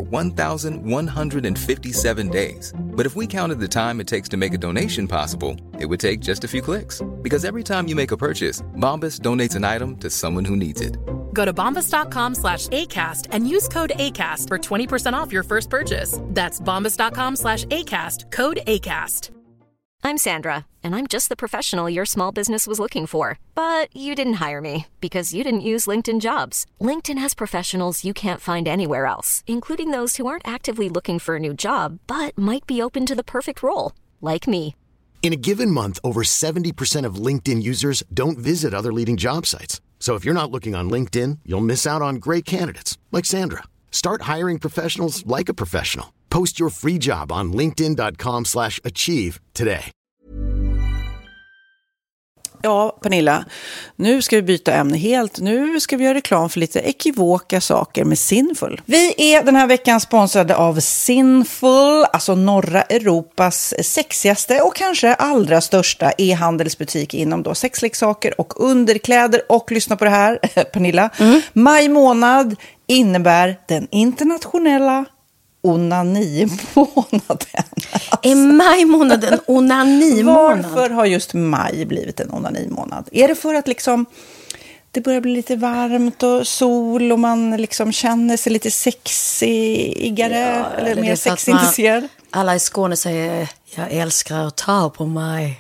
1,157 days. But if we counted the time it takes to make a donation possible, it would take just a few clicks. Because every time you make a purchase, Bombas donates an item to someone who needs it. Go to bombas.com/ACAST and use code ACAST for 20% off your first purchase. That's bombas.com/ACAST, code ACAST. I'm Sandra, and I'm just the professional your small business was looking for. But you didn't hire me because you didn't use LinkedIn Jobs. LinkedIn has professionals you can't find anywhere else, including those who aren't actively looking for a new job, but might be open to the perfect role, like me. In a given month, over 70% of LinkedIn users don't visit other leading job sites. So if you're not looking on LinkedIn, you'll miss out on great candidates, like Sandra. Start hiring professionals like a professional. Post your free job on linkedin.com/achieve today. Ja, Pernilla, nu ska vi byta ämne helt. Nu ska vi göra reklam för lite ekivoka saker med Sinful. Vi är den här veckan sponsrade av Sinful, alltså norra Europas sexigaste och kanske allra största e-handelsbutik inom då sexleksaker och underkläder. Och lyssna på det här, Pernilla. Maj månad innebär den internationella onanimånaden. Är maj månaden onanimånad? Varför har just maj blivit en onanimånad? Är det för att liksom det börjar bli lite varmt och sol och man liksom känner sig lite sexigare eller mer sexintresserad? Alla i Skåne säger jag älskar att ta på mig.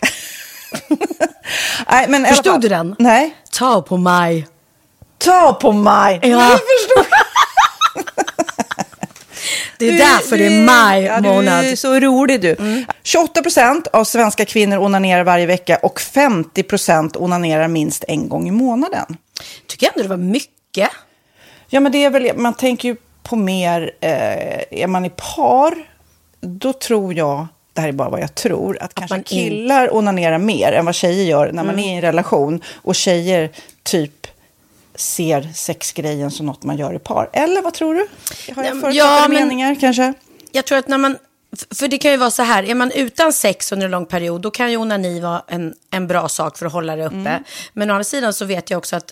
Nej, men förstod du den? Nej. Ta på mig. Ta på mig. Ja. Nej, förstod. Det är därför det är maj månad. Du är så rolig du. 28% av svenska kvinnor onanerar varje vecka och 50% onanerar minst en gång i månaden. Tycker jag ändå det var mycket. Ja, men det är väl, man tänker ju på mer, är man i par, då tror jag, det här är bara vad jag tror, att kanske killar onanerar mer än vad tjejer gör när man är i en relation. Och tjejer typ ser sexgrejen som något man gör i par. Eller vad tror du? Har jag förutsatta meningar kanske? Jag tror att när man, för det kan ju vara så här, är man utan sex under en lång period, då kan ju onani vara en bra sak för att hålla det uppe. Men å andra sidan så vet jag också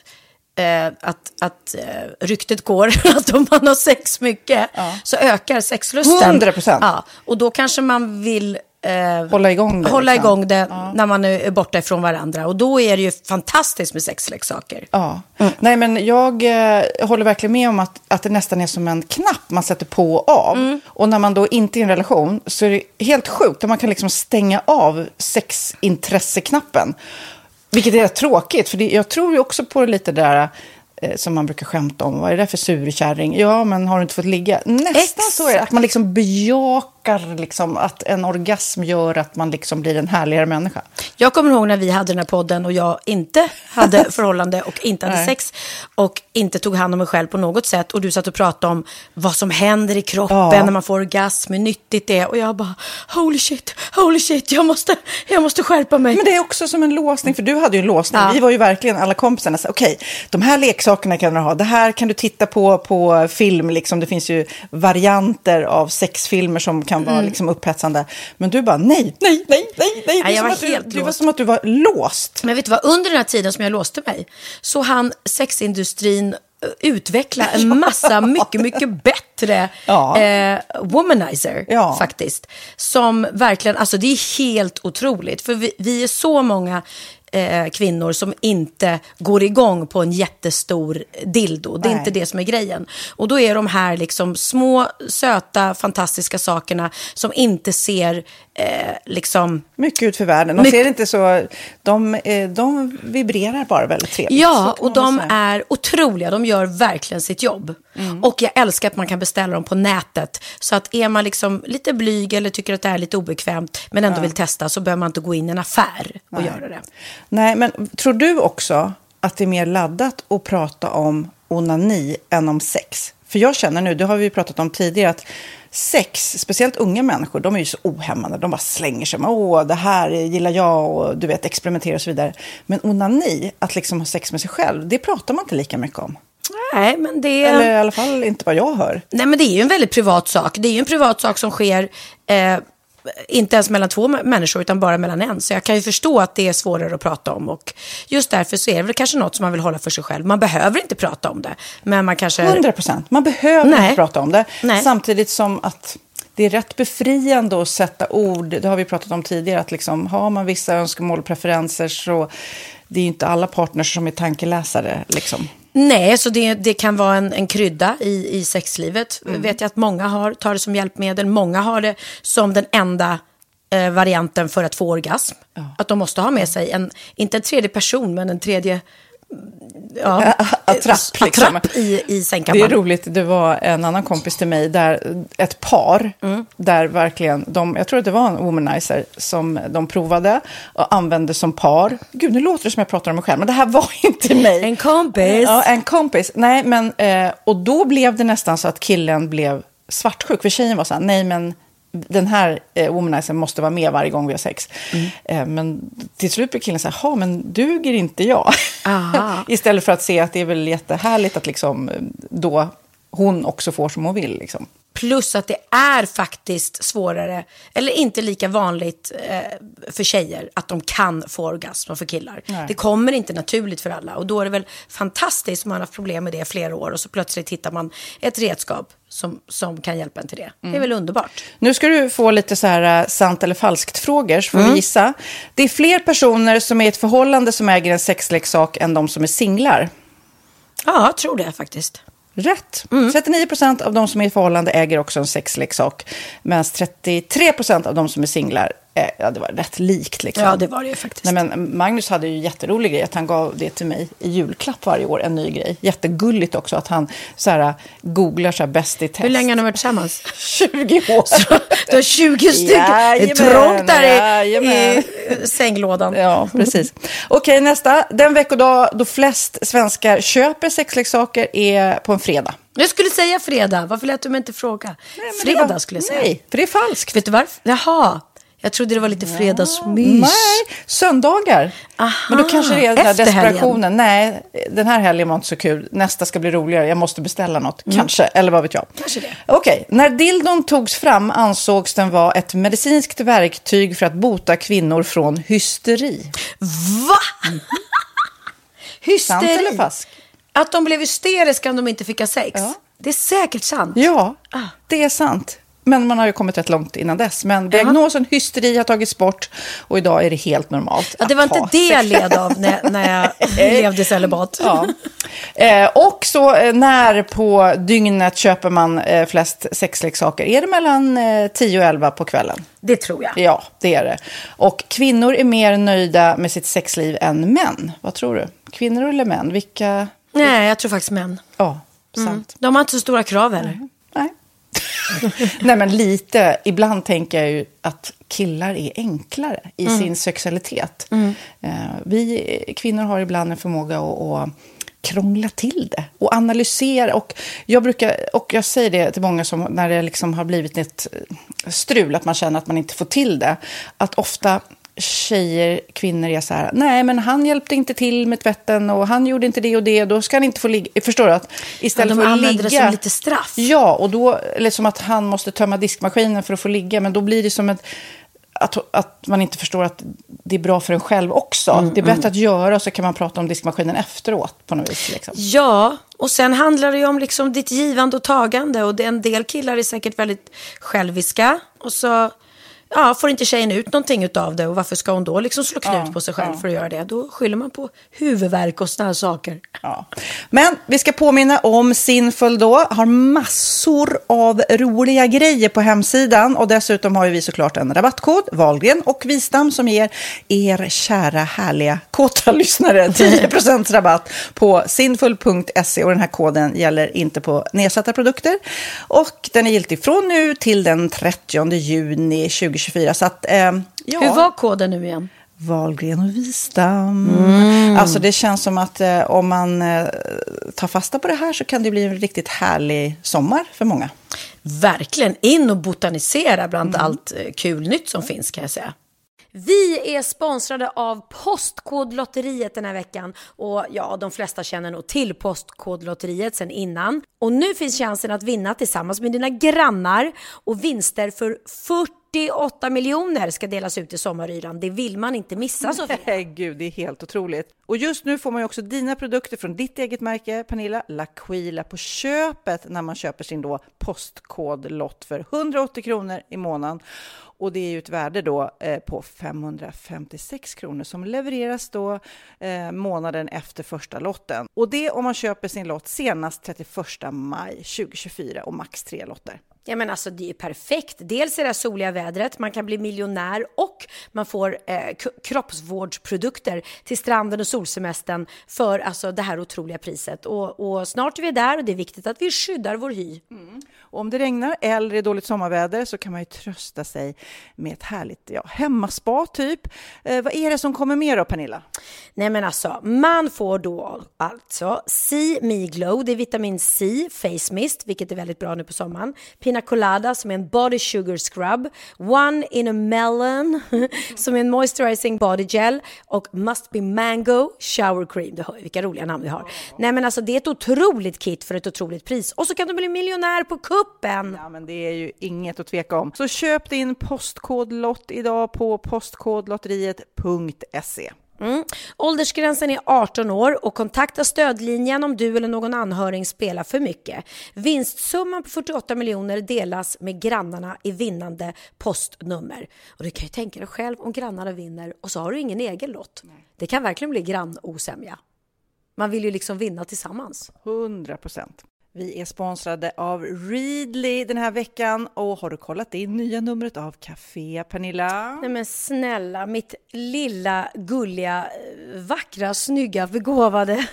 att ryktet går att om man har sex mycket så ökar sexlusten. 100%. Ja, och då kanske man vill hålla igång det, när man är borta ifrån varandra. Och då är det ju fantastiskt med sexleksaker. Ja. Nej, men jag håller verkligen med om att det nästan är som en knapp man sätter på och av. Och när man då inte är i en relation så är det helt sjukt att man kan liksom stänga av sexintresseknappen. Vilket är tråkigt, för jag tror ju också på lite där som man brukar skämta om. Vad är det för surkärring? Ja, men har du inte fått ligga? Nästan så är det. Att man liksom bejakar liksom att en orgasm gör att man liksom blir en härligare människa. Jag kommer ihåg när vi hade den här podden och jag inte hade förhållande och inte hade sex och inte tog hand om mig själv på något sätt. Och du satt och pratade om vad som händer i kroppen när man får orgasm, hur nyttigt det är. Och jag bara, holy shit, jag måste skärpa mig. Men det är också som en låsning, för du hade ju en låsning. Vi var ju verkligen alla kompisarna. Okej, de här leksakerna kan du ha. Det här kan du titta på film. Liksom. Det finns ju varianter av sexfilmer som kan vara liksom upphetsande. Men du bara, nej. Det var som att du var låst. Men vet du vad, under den här tiden som jag låste mig så hann sexindustrin utveckla en massa mycket bättre womanizer faktiskt. Som verkligen, alltså det är helt otroligt. För vi är så många kvinnor som inte går igång på en jättestor dildo. Det är inte det som är grejen. Och då är de här liksom små, söta, fantastiska sakerna som inte ser liksom mycket ut för världen. De ser inte så, de vibrerar bara väldigt trevligt. Ja, och de är otroliga. De gör verkligen sitt jobb. Och jag älskar att man kan beställa dem på nätet. Så att är man liksom lite blyg eller tycker att det är lite obekvämt men ändå vill testa, så behöver man inte gå in i en affär och göra det. Nej, men tror du också att det är mer laddat att prata om onani än om sex? För jag känner nu, det har vi pratat om tidigare, att sex, speciellt unga människor, de är ju så ohämmade. De bara slänger sig med, det här gillar jag och du vet, experimentera och så vidare. Men onani, att liksom ha sex med sig själv, det pratar man inte lika mycket om. Nej, men det... Eller i alla fall inte vad jag hör. Nej, men det är ju en väldigt privat sak. Det är ju en privat sak som sker inte ens mellan två människor utan bara mellan en. Så jag kan ju förstå att det är svårare att prata om. Och just därför så är det väl kanske något som man vill hålla för sig själv. Man behöver inte prata om det. Men man kanske... 100%. Man behöver inte prata om det. Nej. Samtidigt som att det är rätt befriande att sätta ord. Det har vi pratat om tidigare. Att liksom, har man vissa önskemål och preferenser så det är ju inte alla partners som är tankeläsare liksom. Nej, så det kan vara en krydda i sexlivet. Vet jag att många tar det som hjälpmedel. Många har det som den enda varianten för att få orgasm. Att de måste ha med sig inte en tredje person, men en tredje attrapp i sängkammaren. Det är roligt, det var en annan kompis till mig där ett par där verkligen jag tror att det var en womanizer som de provade och använde som par. Gud, nu låter det som jag pratar om mig själv, men det här var inte mig. En kompis. Ja, en kompis. Nej, men och då blev det nästan så att killen blev svartsjuk, för tjejen var så här, nej men den här womanizern måste vara med varje gång vi har sex. Men till slut blir killen så här, men duger inte jag? Istället för att se att det är väl jättehärligt att liksom, då hon också får som hon vill. Liksom. Plus att det är faktiskt svårare, eller inte lika vanligt för tjejer att de kan få orgasm för killar. Nej. Det kommer inte naturligt för alla. Och då är det väl fantastiskt om man har haft problem med det flera år och så plötsligt hittar man ett redskap som kan hjälpa en till det. Det är väl underbart. Nu ska du få lite så här sant eller falskt frågor så får vi gissa. Det är fler personer som är i ett förhållande som äger en sexleksak än de som är singlar. Ja, jag tror det faktiskt. Rätt. 39% av de som är i förhållande äger också en sexleksak. Medan 33% av de som är singlar, det var rätt likt. Liksom. Ja, det var det ju faktiskt. Nej, men Magnus hade ju jätterolig grej att han gav det till mig i julklapp varje år, en ny grej. Jättegulligt också att han så här, googlar så här bäst i test. Hur länge har ni varit tillsammans? 20 år. Så, du har 20 stycken. Det är trångt där i sänglådan. Ja, precis. Okej, nästa. Den veckodag då flest svenskar köper sexleksaker är på en fredag. Jag skulle säga fredag. Varför lät du mig inte fråga? Fredag skulle jag säga. Nej, för det är falskt. Vet du varför? Jaha. Jag trodde det var lite fredagsmys. Nej, söndagar. Aha, men då kanske det är den här desperationen. Helgen. Nej, den här helgen var inte så kul. Nästa ska bli roligare. Jag måste beställa något. Kanske, eller vad vet jag. Kanske det. Okej, när dildon togs fram ansågs den vara ett medicinskt verktyg för att bota kvinnor från hysteri. Va? Hysteri? Sant eller falskt? Att de blev hysteriska om de inte fick ha sex. Ja. Det är säkert sant. Ja, det är sant. Men man har ju kommit rätt långt innan dess. Men diagnosen hysteri har tagits bort och idag är det helt normalt. Ja, det var inte det jag led av när jag levde celibat. Ja. Och så när på dygnet köper man flest sexleksaker? Är det mellan 10 och 11 på kvällen? Det tror jag. Ja, det är det. Och kvinnor är mer nöjda med sitt sexliv än män. Vad tror du? Kvinnor eller män? Vilka? Nej, jag tror faktiskt män. Ja, sant. De har inte så stora krav heller. Nej. Nej, men lite. Ibland tänker jag ju att killar är enklare i sin sexualitet. Vi kvinnor har ibland en förmåga att krångla till det och analysera. Och jag säger det till många som när det liksom har blivit ett strul, att man känner att man inte får till det. Att ofta kvinnor är så här, nej men han hjälpte inte till med tvätten och han gjorde inte det och det, då ska han inte få ligga. Förstår du? Att istället för att ligga, det som lite straff. Ja, och då eller som att han måste tömma diskmaskinen för att få ligga, men då blir det som att man inte förstår att det är bra för en själv också. Det är bättre att göra, och så kan man prata om diskmaskinen efteråt på något vis. Liksom. Ja, och sen handlar det ju om liksom ditt givande och tagande, och en del killar är säkert väldigt själviska, och så får inte tjejen ut någonting utav det, och varför ska hon då liksom slå knut på sig själv för att göra det? Då skyller man på huvudvärk och sådana saker. Ja. Men vi ska påminna om Sinful då, har massor av roliga grejer på hemsidan, och dessutom har vi såklart en rabattkod, Wahlgren och Wistam, som ger er kära härliga kåta lyssnare 10% rabatt på sinful.se, och den här koden gäller inte på nedsatta produkter, och den är giltig från nu till den 30 juni 2024. Så att, hur var koden nu igen? Wahlgren och Wistam. Alltså det känns som att om man tar fasta på det här så kan det bli en riktigt härlig sommar för många. Verkligen, in och botanisera bland allt kul nytt som finns, kan jag säga. Vi är sponsrade av Postkodlotteriet den här veckan, och de flesta känner nog till Postkodlotteriet sen innan. Och nu finns chansen att vinna tillsammans med dina grannar, och vinster för 48 miljoner ska delas ut i sommaryran. Det vill man inte missa, Sofia. Gud, det är helt otroligt. Och just nu får man ju också dina produkter från ditt eget märke, Pernilla, L'Aquila, på köpet när man köper sin då postkodlott för 180 kronor i månaden. Och det är ju ett värde då på 556 kronor som levereras då månaden efter första lotten. Och det om man köper sin lott senast 31 maj 2024 och max 3 lotter. Ja, men alltså det är perfekt. Dels är det soliga vädret, man kan bli miljonär, och man får kroppsvårdsprodukter till stranden och solsemestern för alltså det här otroliga priset. Och snart är vi där, och det är viktigt att vi skyddar vår hy. Och om det regnar eller är dåligt sommarväder så kan man ju trösta sig med ett härligt hemmaspa typ. Vad är det som kommer med då, Pernilla? Nej men alltså, man får då alltså See Me Glow, det är vitamin C, face mist, vilket är väldigt bra nu på sommaren. Pina Colada som är en body sugar scrub. One in a Melon som är en moisturizing body gel. Och Must Be Mango shower cream. Du hör vilka roliga namn vi har. Nej men alltså, det är ett otroligt kit för ett otroligt pris. Och så kan du bli miljonär på kuppen. Ja men det är ju inget att tveka om. Så köp din postkodlott idag på postkodlotteriet.se. Åldersgränsen är 18 år och kontakta stödlinjen om du eller någon anhörig spelar för mycket. Vinstsumman på 48 miljoner delas med grannarna i vinnande postnummer. Och du kan ju tänka dig själv om grannarna vinner och så har du ingen egen lott. Nej. Det kan verkligen bli grannosämja. Man vill ju liksom vinna tillsammans. 100%. Vi är sponsrade av Readly den här veckan. Och har du kollat in nya numret av Café, Pernilla? Nej men snälla, mitt lilla, gulliga, vackra, snygga, begåvade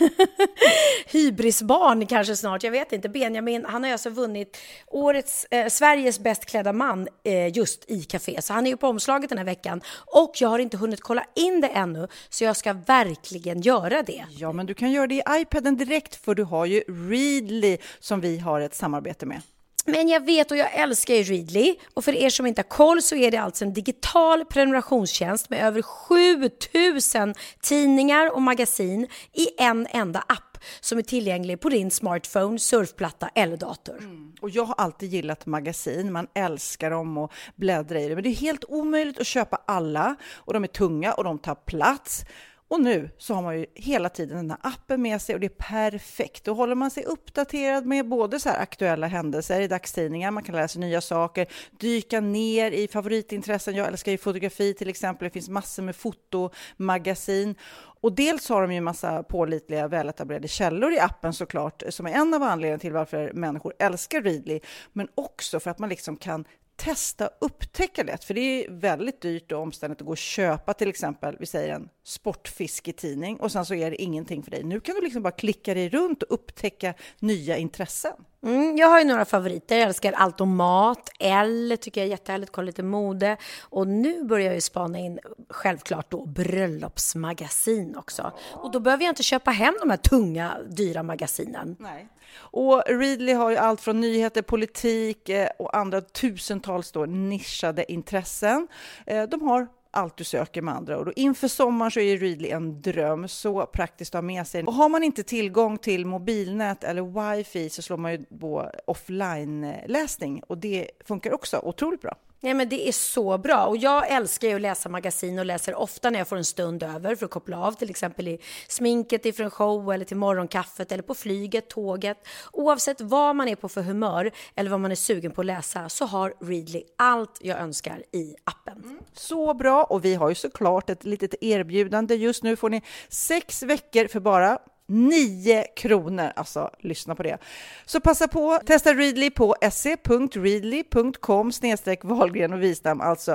hybrisbarn kanske snart. Jag vet inte, Benjamin, han har alltså vunnit årets Sveriges bäst klädda man just i Café. Så han är ju på omslaget den här veckan. Och jag har inte hunnit kolla in det ännu, så jag ska verkligen göra det. Ja, men du kan göra det i iPaden direkt, för du har ju Readly som vi har ett samarbete med. Men jag vet och jag älskar ju Readly. Och för er som inte har koll så är det alltså en digital prenumerationstjänst med över 7000 tidningar och magasin i en enda app som är tillgänglig på din smartphone, surfplatta eller dator. Och jag har alltid gillat magasin. Man älskar dem och bläddra i det. Men det är helt omöjligt att köpa alla. Och de är tunga och de tar plats. Och nu så har man ju hela tiden den här appen med sig och det är perfekt. Då håller man sig uppdaterad med både så här aktuella händelser i dagstidningar. Man kan läsa nya saker, dyka ner i favoritintressen. Jag älskar ju fotografi till exempel. Det finns massor med fotomagasin. Och dels har de ju massa pålitliga, väletablerade källor i appen såklart. Som är en av anledningarna till varför människor älskar Readly. Men också för att man liksom kan testa, upptäcka lätt. För det är väldigt dyrt och omständigt att gå och köpa till exempel, vi säger en sportfisketidning och sen så är det ingenting för dig. Nu kan du liksom bara klicka dig runt och upptäcka nya intressen. Jag har ju några favoriter. Jag älskar allt om mat. Elle tycker jag är jättehärligt. Kolla lite mode. Och nu börjar jag ju spana in självklart då bröllopsmagasin också. Och då behöver jag inte köpa hem de här tunga, dyra magasinen. Nej. Och Readly har ju allt från nyheter, politik och andra tusentals då nischade intressen. De har allt du söker med andra. Och inför sommaren så är Readly en dröm, så praktiskt att ha med sig. Och har man inte tillgång till mobilnät eller wifi så slår man ju på offline-läsning. Och det funkar också otroligt bra. Nej men det är så bra och jag älskar ju att läsa magasin och läser ofta när jag får en stund över för att koppla av, till exempel i sminket ifrån en show eller till morgonkaffet eller på flyget, tåget. Oavsett vad man är på för humör eller vad man är sugen på att läsa så har Readly allt jag önskar i appen. Så bra, och vi har ju såklart ett litet erbjudande. Just nu får ni 6 veckor för bara 9 kronor, alltså lyssna på det. Så passa på, testa Readly på se.readly.com/Wahlgren och Wistam, alltså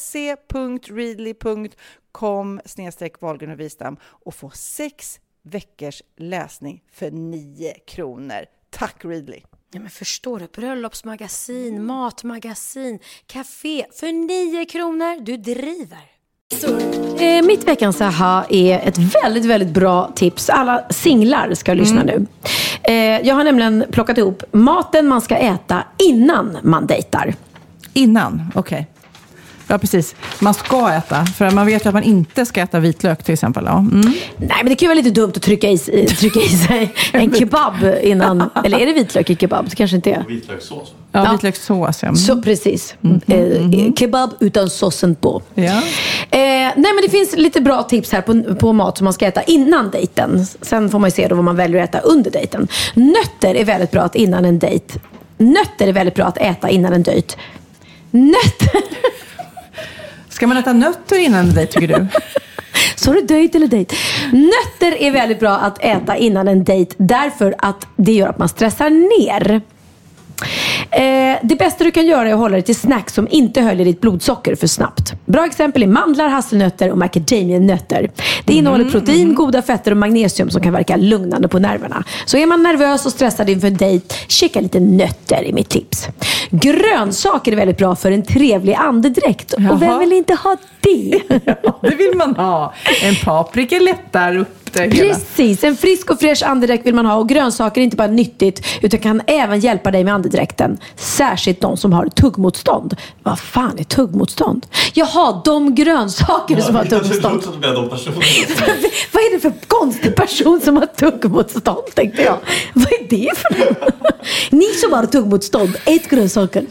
se.readly.com/Wahlgren och Wistam och få 6 veckors läsning för 9 kronor. Tack Readly! Ja men förstår du, bröllopsmagasin, matmagasin, café för 9 kronor, du driver. Mitt veckans aha är ett väldigt, väldigt bra tips. Alla singlar ska lyssna nu. Jag har nämligen plockat ihop maten man ska äta innan man dejtar. Innan, okej. Ja, precis. Man ska äta. För man vet ju att man inte ska äta vitlök till exempel. Ja. Nej, men det kan ju vara lite dumt att trycka i sig en kebab innan. Eller är det vitlök i kebab? Det kanske inte är. Vitlökssås. Ja, vitlökssås. Ja. Så, precis. Kebab utan såsen på. Ja. Nej, men det finns lite bra tips här på mat som man ska äta innan dejten. Sen får man ju se då vad man väljer att äta under dejten. Nötter är väldigt bra att innan en dejt. Nötter är väldigt bra att äta innan en dejt. Nötter... Ska man äta nötter innan en dejt, tycker du? Så är det dejt eller dejt? Nötter är väldigt bra att äta innan en dejt därför att det gör att man stressar ner. Det bästa du kan göra är att hålla dig till snacks som inte höjer ditt blodsocker för snabbt. Bra exempel är mandlar, hasselnötter och macadamianötter. Det innehåller protein, goda fetter och magnesium som kan verka lugnande på nerverna. Så är man nervös och stressad inför en dejt, checka lite nötter i mitt tips. Grönsaker är väldigt bra för en trevlig andedräkt. Jaha. Och vem vill inte ha det? Det vill man ha. En paprika lättar upp det hela. Precis, en frisk och fräsch andedräkt vill man ha. Och grönsaker är inte bara nyttigt utan kan även hjälpa dig med andedräkten. Särskilt de som har tuggmotstånd. Vad fan är tuggmotstånd? Jaha, de grönsaker som har tuggmotstånd. Vad är det för konstig person som har tuggmotstånd, tänkte jag. Vad är det för något? Ni som har tuggmotstånd, ät grönsaker.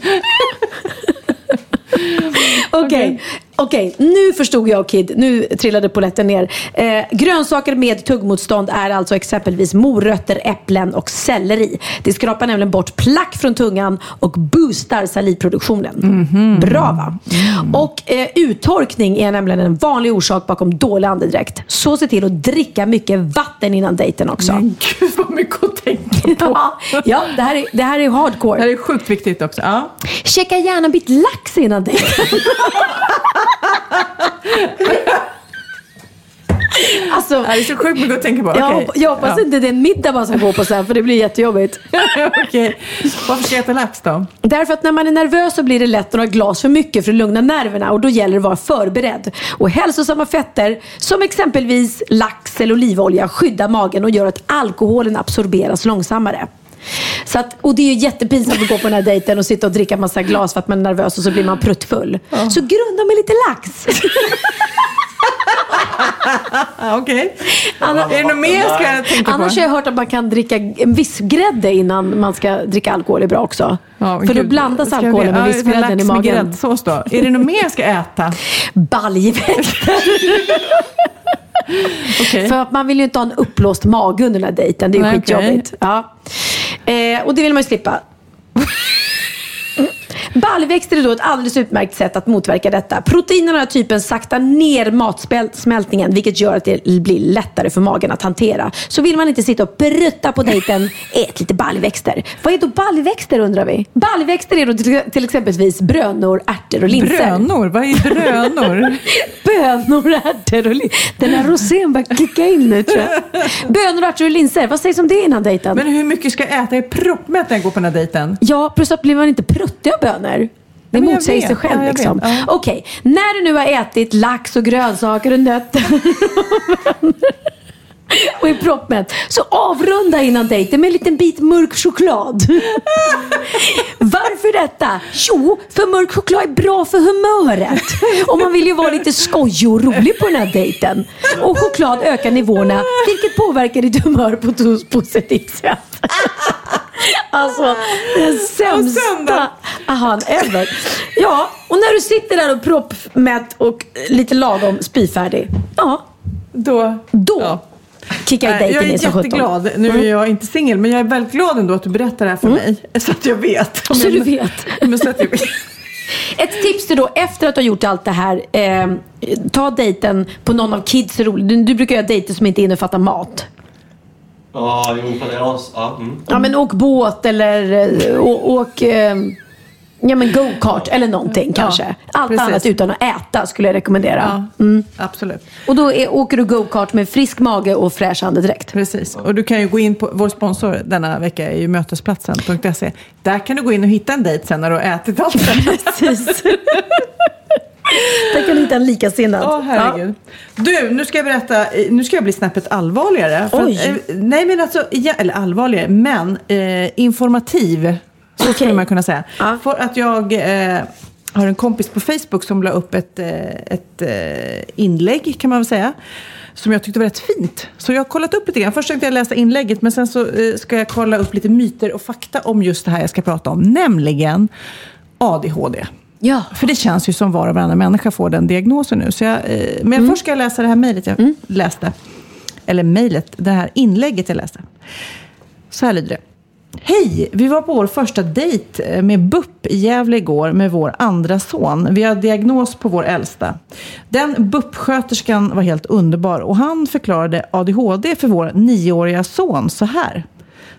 Okej, nu förstod jag, Kid. Nu trillade polletten ner. Grönsaker med tuggmotstånd är alltså exempelvis morötter, äpplen och selleri. Det skrapar nämligen bort plack från tungan och boostar salivproduktionen. Bra, va? Och uttorkning är nämligen en vanlig orsak bakom dålig andedräkt. Så se till att dricka mycket vatten innan dejten också. Men gud, vad mycket att tänka på. Ja, det här är hardcore. Det här är sjukt viktigt också. Ja. Checka gärna bit lax innan dejten. Alltså, det är så sjukt mycket att tänka på. Jag hoppas inte det är en middag man ska gå på sen, för det blir jättejobbigt. Okej. Varför ska jag äta lax då? Därför att när man är nervös så blir det lätt att ha glas för mycket för att lugna nerverna, och då gäller det att vara förberedd. Och hälsosamma fetter som exempelvis lax eller olivolja skyddar magen och gör att alkoholen absorberas långsammare. Så att, och det är ju jättepinsamt att gå på den här dejten och sitta och dricka massa glas för att man är nervös och så blir man pruttfull. Så grunda med lite lax. Okej. Är det något mer ska jag tänka på? Annars har jag hört att man kan dricka en viss grädde innan man ska dricka alkohol är bra också. För då blandas alkoholen med vispgrädden i magen. Då. Är det något mer jag ska äta? Baljväxter. Okay. För att man vill ju inte ha en uppblåst mage under den här dejten. Det är ju skitjobbigt. Ja. Och det vill man ju slippa. Baljväxter är då ett alldeles utmärkt sätt att motverka detta. Proteinerna av typen saktar ner matsmältningen, vilket gör att det blir lättare för magen att hantera. Så vill man inte sitta och prutta på dejten, ät lite baljväxter. Vad är då baljväxter, undrar vi? Baljväxter är då till exempelvis brönor, ärtor och linser. Brönor? Vad är brönor? Bönor, ärtor och linser. Den här rosén bara kicka in nu, tror jag. Bönor, ärtor och linser. Vad sägs om det innan dejten? Men hur mycket ska jag äta? Jag är proppmätt när jag går på den här dejten. Ja, plus att blir man inte pruttig av bönor. Det motsäger sig själv liksom. Ja. Okej, när du nu har ätit lax och grönsaker och nötter och är proppmätt, så avrunda innan dejten med en liten bit mörk choklad. Varför detta? Jo, för mörk choklad är bra för humöret. Och man vill ju vara lite skojig och rolig på den här dejten. Och choklad ökar nivåerna, vilket påverkar ditt humör på ett positivt sätt. Alltså, den sämsta ahan ever. Ja, och när du sitter där och proppmätt och lite lagom spyfärdig, då kickar dejten ner som 17. Jag är jätteglad. Nu är jag inte singel, men jag är väldigt glad ändå att du berättar det här för mig. Så att jag vet. Så du vet. Men så att jag vet. Ett tips är då, efter att du har gjort allt det här, ta dejten på någon av kids roligt. Du brukar göra dejter som inte innefattar mat. Ja, Ja, men åk båt eller åk go-kart eller någonting kanske. Allt precis. Annat utan att äta skulle jag rekommendera. Absolut. Och då åker du go-kart med frisk mage och fräsch andedräkt. Precis. Och du kan ju gå in på vår sponsor denna vecka är ju mötesplatsen.se. Där kan du gå in och hitta en dejt sen när du har ätit allt. Precis. Där kan du hitta en likasinnad. Herregud. Du, nu ska jag berätta. Nu ska jag bli snäppet allvarligare. Nej, men alltså, eller allvarligare, men informativ. Så skulle man kunna säga. För att jag har en kompis på Facebook som la upp ett inlägg, kan man väl säga, som jag tyckte var rätt fint. Så jag har kollat upp lite grann. Först tänkte jag läsa inlägget, men sen så ska jag kolla upp lite myter och fakta om just det här jag ska prata om. Nämligen ADHD. Ja. För det känns ju som var och varannan människa får den diagnosen nu. Så men först ska jag läsa det här mejlet jag läste. Eller mejlet, det här inlägget jag läste. Så här lyder det. Hej, vi var på vår första dejt med BUP i Gävle igår med vår andra son. Vi har diagnos på vår äldsta. Den BUP-sköterskan var helt underbar och han förklarade ADHD för vår 9-åriga son så här.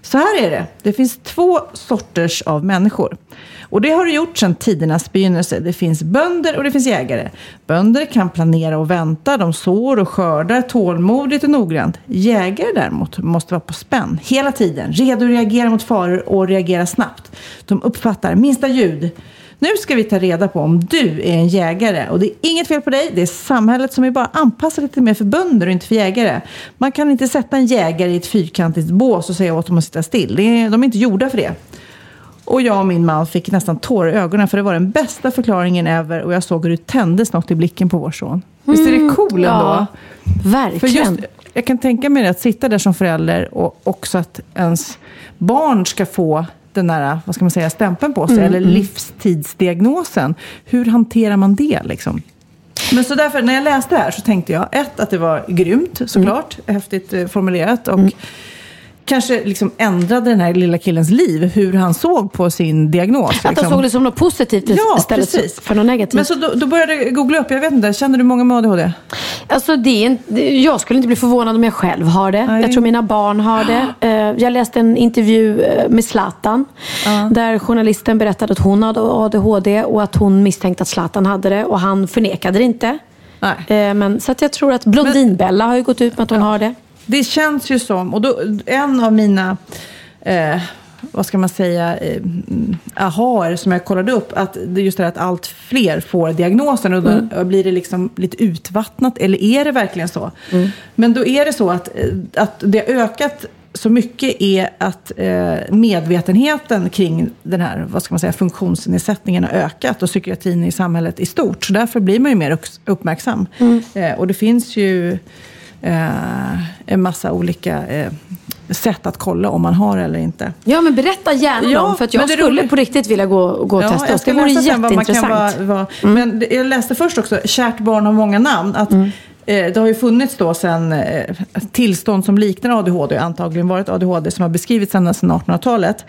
Så här är det. Det finns 2 sorters av människor. Och det har det gjort sedan tidernas begynnelse. Det finns bönder och det finns jägare. Bönder kan planera och vänta. De sår och skördar tålmodigt och noggrant. Jägare däremot måste vara på spänn hela tiden. Redo att reagera mot faror och reagera snabbt. De uppfattar minsta ljud. Nu ska vi ta reda på om du är en jägare. Och det är inget fel på dig. Det är samhället som är bara anpassat lite mer för bönder och inte för jägare. Man kan inte sätta en jägare i ett fyrkantigt bås och säga åt dem att sitta still. De är inte gjorda för det. Och jag och min man fick nästan tårar i ögonen, för det var den bästa förklaringen ever. Och jag såg hur det tändes något i blicken på vår son. Visst är det cool ändå? Ja, verkligen. För just, jag kan tänka mig att sitta där som förälder och också att ens barn ska få den där, vad ska man säga, stämpeln på sig. Eller livstidsdiagnosen. Hur hanterar man det liksom? Men så därför, när jag läste det här så tänkte jag att det var grymt, såklart. Häftigt formulerat och kanske liksom ändrade den här lilla killens liv, hur han såg på sin diagnos. Att han såg det som något positivt istället för något negativt. Men så då började jag googla upp, jag vet inte, känner du många med ADHD? Alltså jag skulle inte bli förvånad om jag själv har det. Nej. Jag tror mina barn har det. Jag läste en intervju med Zlatan där journalisten berättade att hon hade ADHD och att hon misstänkte att Zlatan hade det, och han förnekade det inte. Nej. Men så att jag tror att Blondinbella har ju gått ut med att hon har det. Det känns ju som, och då, en av mina, vad ska man säga, ahaer som jag kollade upp, att det just är att allt fler får diagnosen och då blir det liksom lite utvattnat, eller är det verkligen så? Men då är det så att det har ökat så mycket, är att medvetenheten kring den här, vad ska man säga, funktionsnedsättningen har ökat och psykiatrin i samhället i stort, så därför blir man ju mer uppmärksam. Och det finns ju en massa olika sätt att kolla om man har eller inte. Ja, men berätta gärna om, för att jag skulle på riktigt vilja gå och testa oss. Det vore jätteintressant. Men jag läste först också, kärt barn har många namn, att det har ju funnits då sedan tillstånd som liknar ADHD, antagligen varit ADHD som har beskrivits sedan 1800-talet.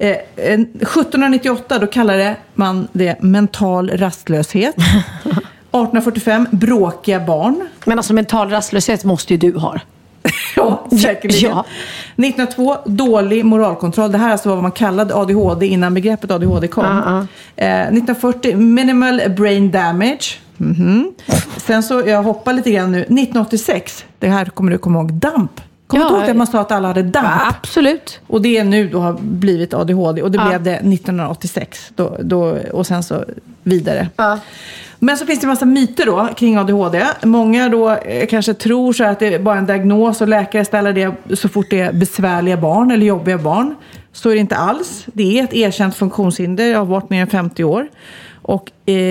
1798 då kallade man det mental rastlöshet. 1845, bråkiga barn. Men alltså mental rastlöshet måste ju du ha. Ja, säkerligen. Ja. 1902, dålig moralkontroll. Det här alltså var vad man kallade ADHD innan begreppet ADHD kom. 1940, minimal brain damage. Sen så, jag hoppar lite grann nu. 1986, det här kommer du komma ihåg, DAMP. Kommer du ihåg att man sa att alla hade DAMP? Ja, absolut. Och det är nu då har blivit ADHD. Och det blev det 1986. Då, och sen så vidare. Men så finns det en massa myter då kring ADHD. Många då kanske tror så att det är bara en diagnos och läkare ställer det så fort det är besvärliga barn eller jobbiga barn. Så är det inte alls. Det är ett erkänt funktionshinder. Jag har varit mer än 50 år. Och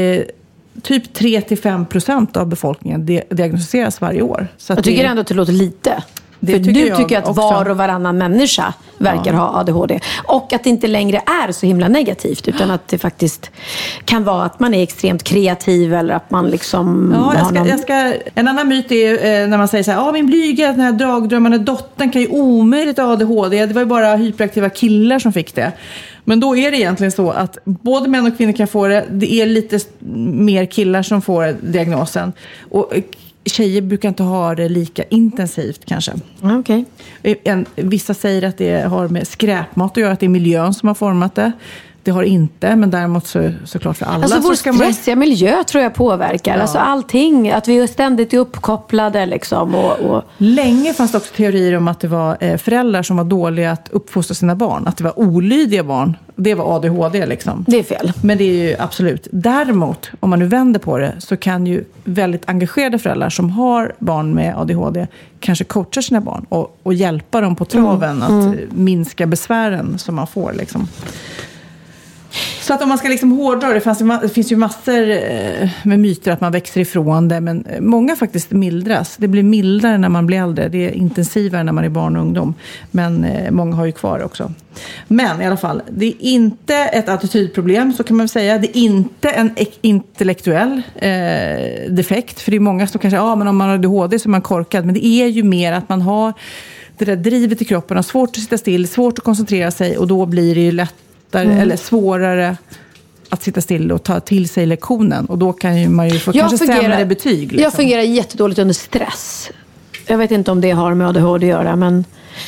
typ 3-5% av befolkningen diagnostiseras varje år. Så jag tycker ändå att det låter lite. För du tycker att var och varannan människa verkar ha ADHD. Och att det inte längre är så himla negativt. Utan att det faktiskt kan vara att man är extremt kreativ. Eller att man liksom en annan myt är när man säger så här: min blyga, den här dagdrömmande dottern kan ju omöjligt ha ADHD. Det var ju bara hyperaktiva killar som fick det. Men då är det egentligen så att både män och kvinnor kan få det. Det är lite mer killar som får diagnosen. Och tjejer brukar inte ha det lika intensivt kanske. Okay. Vissa säger att det har med skräpmat att göra, att det är miljön som har format det. Det har inte, men däremot såklart för alla. Alltså vår stressiga miljö tror jag påverkar. Ja. Alltså allting, att vi ständigt är uppkopplade liksom. Länge fanns det också teorier om att det var föräldrar som var dåliga att uppfostra sina barn. Att det var olydiga barn. Det var ADHD liksom. Det är fel. Men det är ju absolut. Däremot, om man nu vänder på det, så kan ju väldigt engagerade föräldrar som har barn med ADHD kanske coacha sina barn och hjälpa dem på traven att minska besvären som man får liksom. Så att om man ska liksom hårdra, det finns ju massor med myter att man växer ifrån det, men många faktiskt mildras. Det blir mildare när man blir äldre, det är intensivare när man är barn och ungdom, men många har ju kvar också. Men i alla fall, det är inte ett attitydproblem, så kan man säga. Det är inte en intellektuell defekt, för det är många som kanske, men om man har ADHD så är man korkad, men det är ju mer att man har det där drivet i kroppen, har svårt att sitta still, svårt att koncentrera sig, och då blir det ju lätt eller svårare att sitta still och ta till sig lektionen. Och då kan ju man ju få kanske sämre betyg. Liksom. Jag fungerar jättedåligt under stress. Jag vet inte om det har med ADHD att göra, men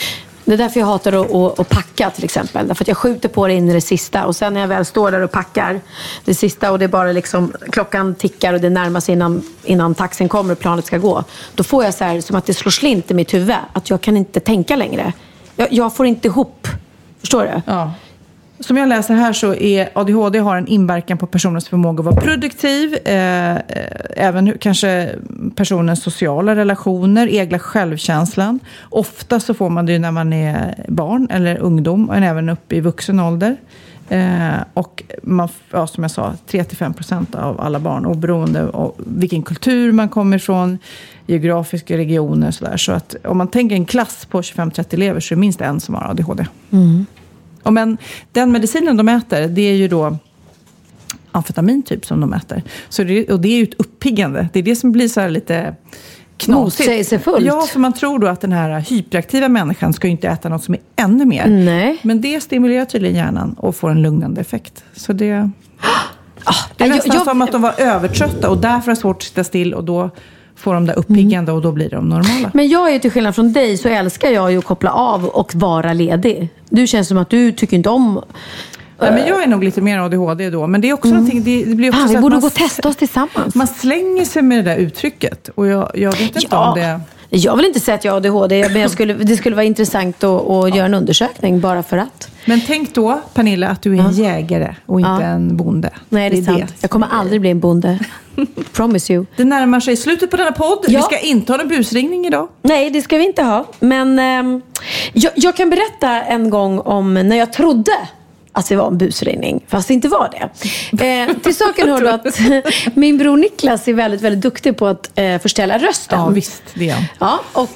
Det är därför jag hatar att packa till exempel. Därför att jag skjuter på det in i det sista. Och sen när jag väl står där och packar det sista och det är bara liksom, klockan tickar och det närmar sig innan taxin kommer och planet ska gå. Då får jag så här, som att det slår slint i mitt huvud. Att jag kan inte tänka längre. Jag får inte ihop. Förstår du? Ja. Som jag läser här så är ADHD har en inverkan på personens förmåga att vara produktiv. Även kanske personens sociala relationer, egna självkänslan. Ofta så får man det när man är barn eller ungdom, men även upp i vuxen ålder. Och man, som jag sa, 3-5% av alla barn, oberoende av vilken kultur man kommer ifrån, geografiska regioner och sådär. Så att om man tänker en klass på 25-30 elever så är det minst en som har ADHD. Mm. Men den medicinen de äter, det är ju då amfetamin typ som de äter. Så och det är ju ett uppiggande. Det är det som blir så här lite knasigt. Motsägelsefullt. Ja, för man tror då att den här hyperaktiva människan ska ju inte äta något som är ännu mer. Nej. Men det stimulerar tydligen hjärnan och får en lugnande effekt. Så det är nästan som att de var övertrötta och därför har svårt att sitta still och då får de där uppiggande och då blir de normala. Men jag är ju till skillnad från dig så älskar jag ju att koppla av och vara ledig. Du känns som att du tycker inte om... Nej, men jag är nog lite mer ADHD då. Men det är också någonting... Det blir också vi borde gå och testa oss tillsammans. Man slänger sig med det där uttrycket. Och jag vet inte om det... Jag vill inte säga att jag har ADHD. Men det skulle vara intressant att göra en undersökning bara för att. Men tänk då, Pernilla, att du är en jägare och inte en bonde. Nej, det är sant. Jag kommer aldrig bli en bonde. Promise you. Det närmar sig slutet på denna podd. Ja. Vi ska inte ha en busringning idag. Nej, det ska vi inte ha. Men jag kan berätta en gång om när jag trodde att det var en busringning, fast det inte var det. Till saken hör då att min bror Niklas är väldigt, väldigt duktig på att förställa rösten. Ja, visst, det är ja, och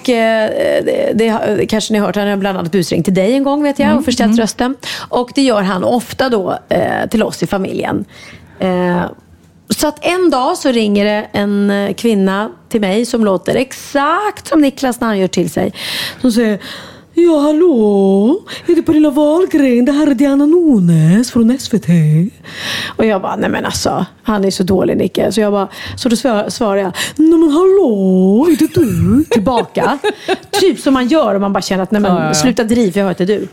det kanske ni har hört, han har bland annat busring till dig en gång, vet jag, och förställt rösten. Och det gör han ofta då till oss i familjen. Så att en dag så ringer det en kvinna till mig som låter exakt som Niklas när han gör till sig. Som säger: ja, hallå? Är det Pernilla Wahlgren? Det här är Diana Nones från SVT. Och jag bara, nej men alltså, han är så dålig, Nicke. Så då svarar jag, nej men hallå, är det du? Tillbaka. Typ som man gör om man bara känner att, nej men sluta driv, jag hör inte du.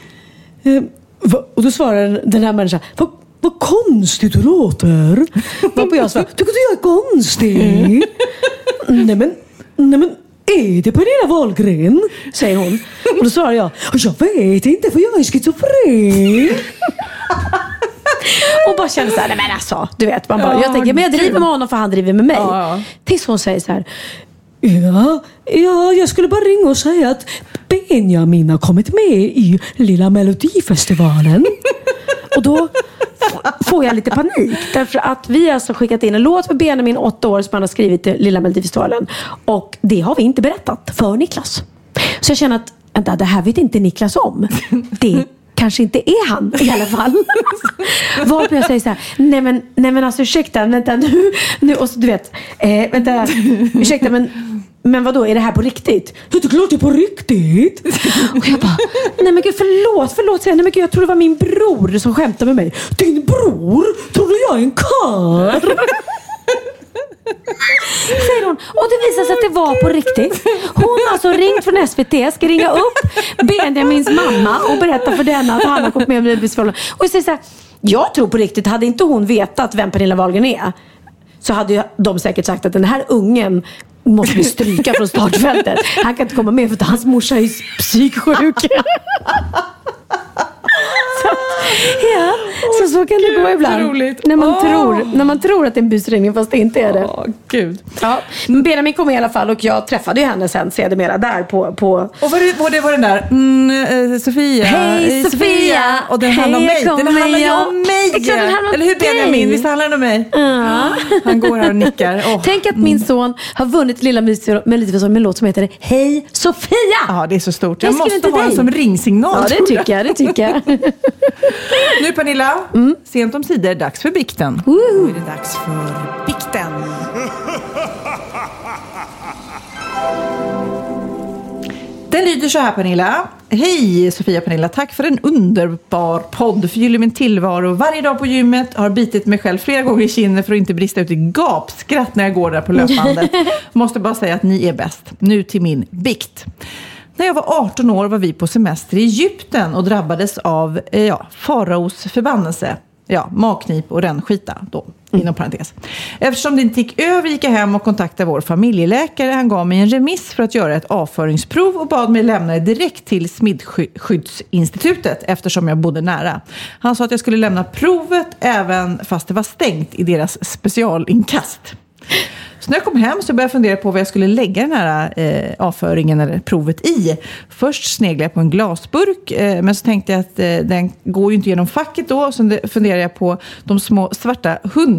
Och då svarar den här människan, vad konstigt du låter. Varpå jag svarar, tycker du jag är konstig? Nej men är det Pernilla Wahlgren? Säger hon. Och då svarar jag vet inte för jag är schizofren. Och bara känner så här, nej men alltså, du vet, man bara, jag tänker, men jag driver med honom för han driver med mig. Tills hon säger så här, ja, jag skulle bara ringa och säga att Benjamin har kommit med i Lilla Melodifestivalen. Och då får jag lite panik. Därför att vi har alltså skickat in en låt för Benjamin 8 år som han har skrivit till Lilla Melodifestivalen. Och det har vi inte berättat för Niklas. Så jag känner att vänta, det här vet inte Niklas om. Det kanske inte är han i alla fall. Varpå jag säger så här, nej men alltså ursäkta, vänta nu och så, du vet, vänta, ursäkta men vadå, är det här på riktigt? Det är klart det är på riktigt. Och jag bara, nej men gud, förlåt. Nej men gud, jag tror det var min bror som skämtade med mig. Din bror? Tror du jag är en karl? Säger hon. Och det visar sig att det var på riktigt. Hon har alltså ringt från SVT, ska ringa upp Benjamins mamma och berätta för denna att han har kommit med i Melodifestivalen. Och jag säger så här, jag tror på riktigt, hade inte hon vetat vem Pernilla Wahlgren är, så hade ju de säkert sagt att den här ungen måste vi stryka från startfältet. Han kan inte komma med för att hans morsa är psyksjuk. Så kan det gå ibland. När man tror att det är en busringning fast det inte är det. Gud. Ja, men Benjamin kom i alla fall och jag träffade ju henne sen sedermera där på... Och det var den där Sofia. Hej Sofia. Och den handlar om mig. Den handlar ju om mig. Eller hur Benjamin? Visst handlar den om mig? Han går här och nickar. Tänk att min son har vunnit Lilla Melodifestivalen med en låt som heter Hej Sofia. Ja, det är så stort. Jag måste ha den som ringsignal. Ja, det tycker jag. Nu Pernilla, sent om sidor, dags för bikten. Nu är det dags för bikten. Den lyder så här, Pernilla. Hej Sofia, Pernilla, tack för en underbar podd. Förgyller min tillvaro. Varje dag på gymmet har bitit mig själv flera gånger i kinden för att inte brista ut i gapskratt när jag går där på löpbandet. Måste bara säga att ni är bäst. Nu till min bikt. När jag var 18 år var vi på semester i Egypten och drabbades av faraos förbannelse. Ja, magknip och rännskita då, inom parentes. Eftersom det inte gick över gick jag hem och kontaktade vår familjeläkare. Han gav mig en remiss för att göra ett avföringsprov och bad mig lämna det direkt till Smittskyddsinstitutet eftersom jag bodde nära. Han sa att jag skulle lämna provet även fast det var stängt i deras specialinkast. Så när jag kom hem så började jag fundera på vad jag skulle lägga den här avföringen eller provet i. Först sneglade jag på en glasburk, men så tänkte jag att den går ju inte genom facket då. Så funderade jag på de små svarta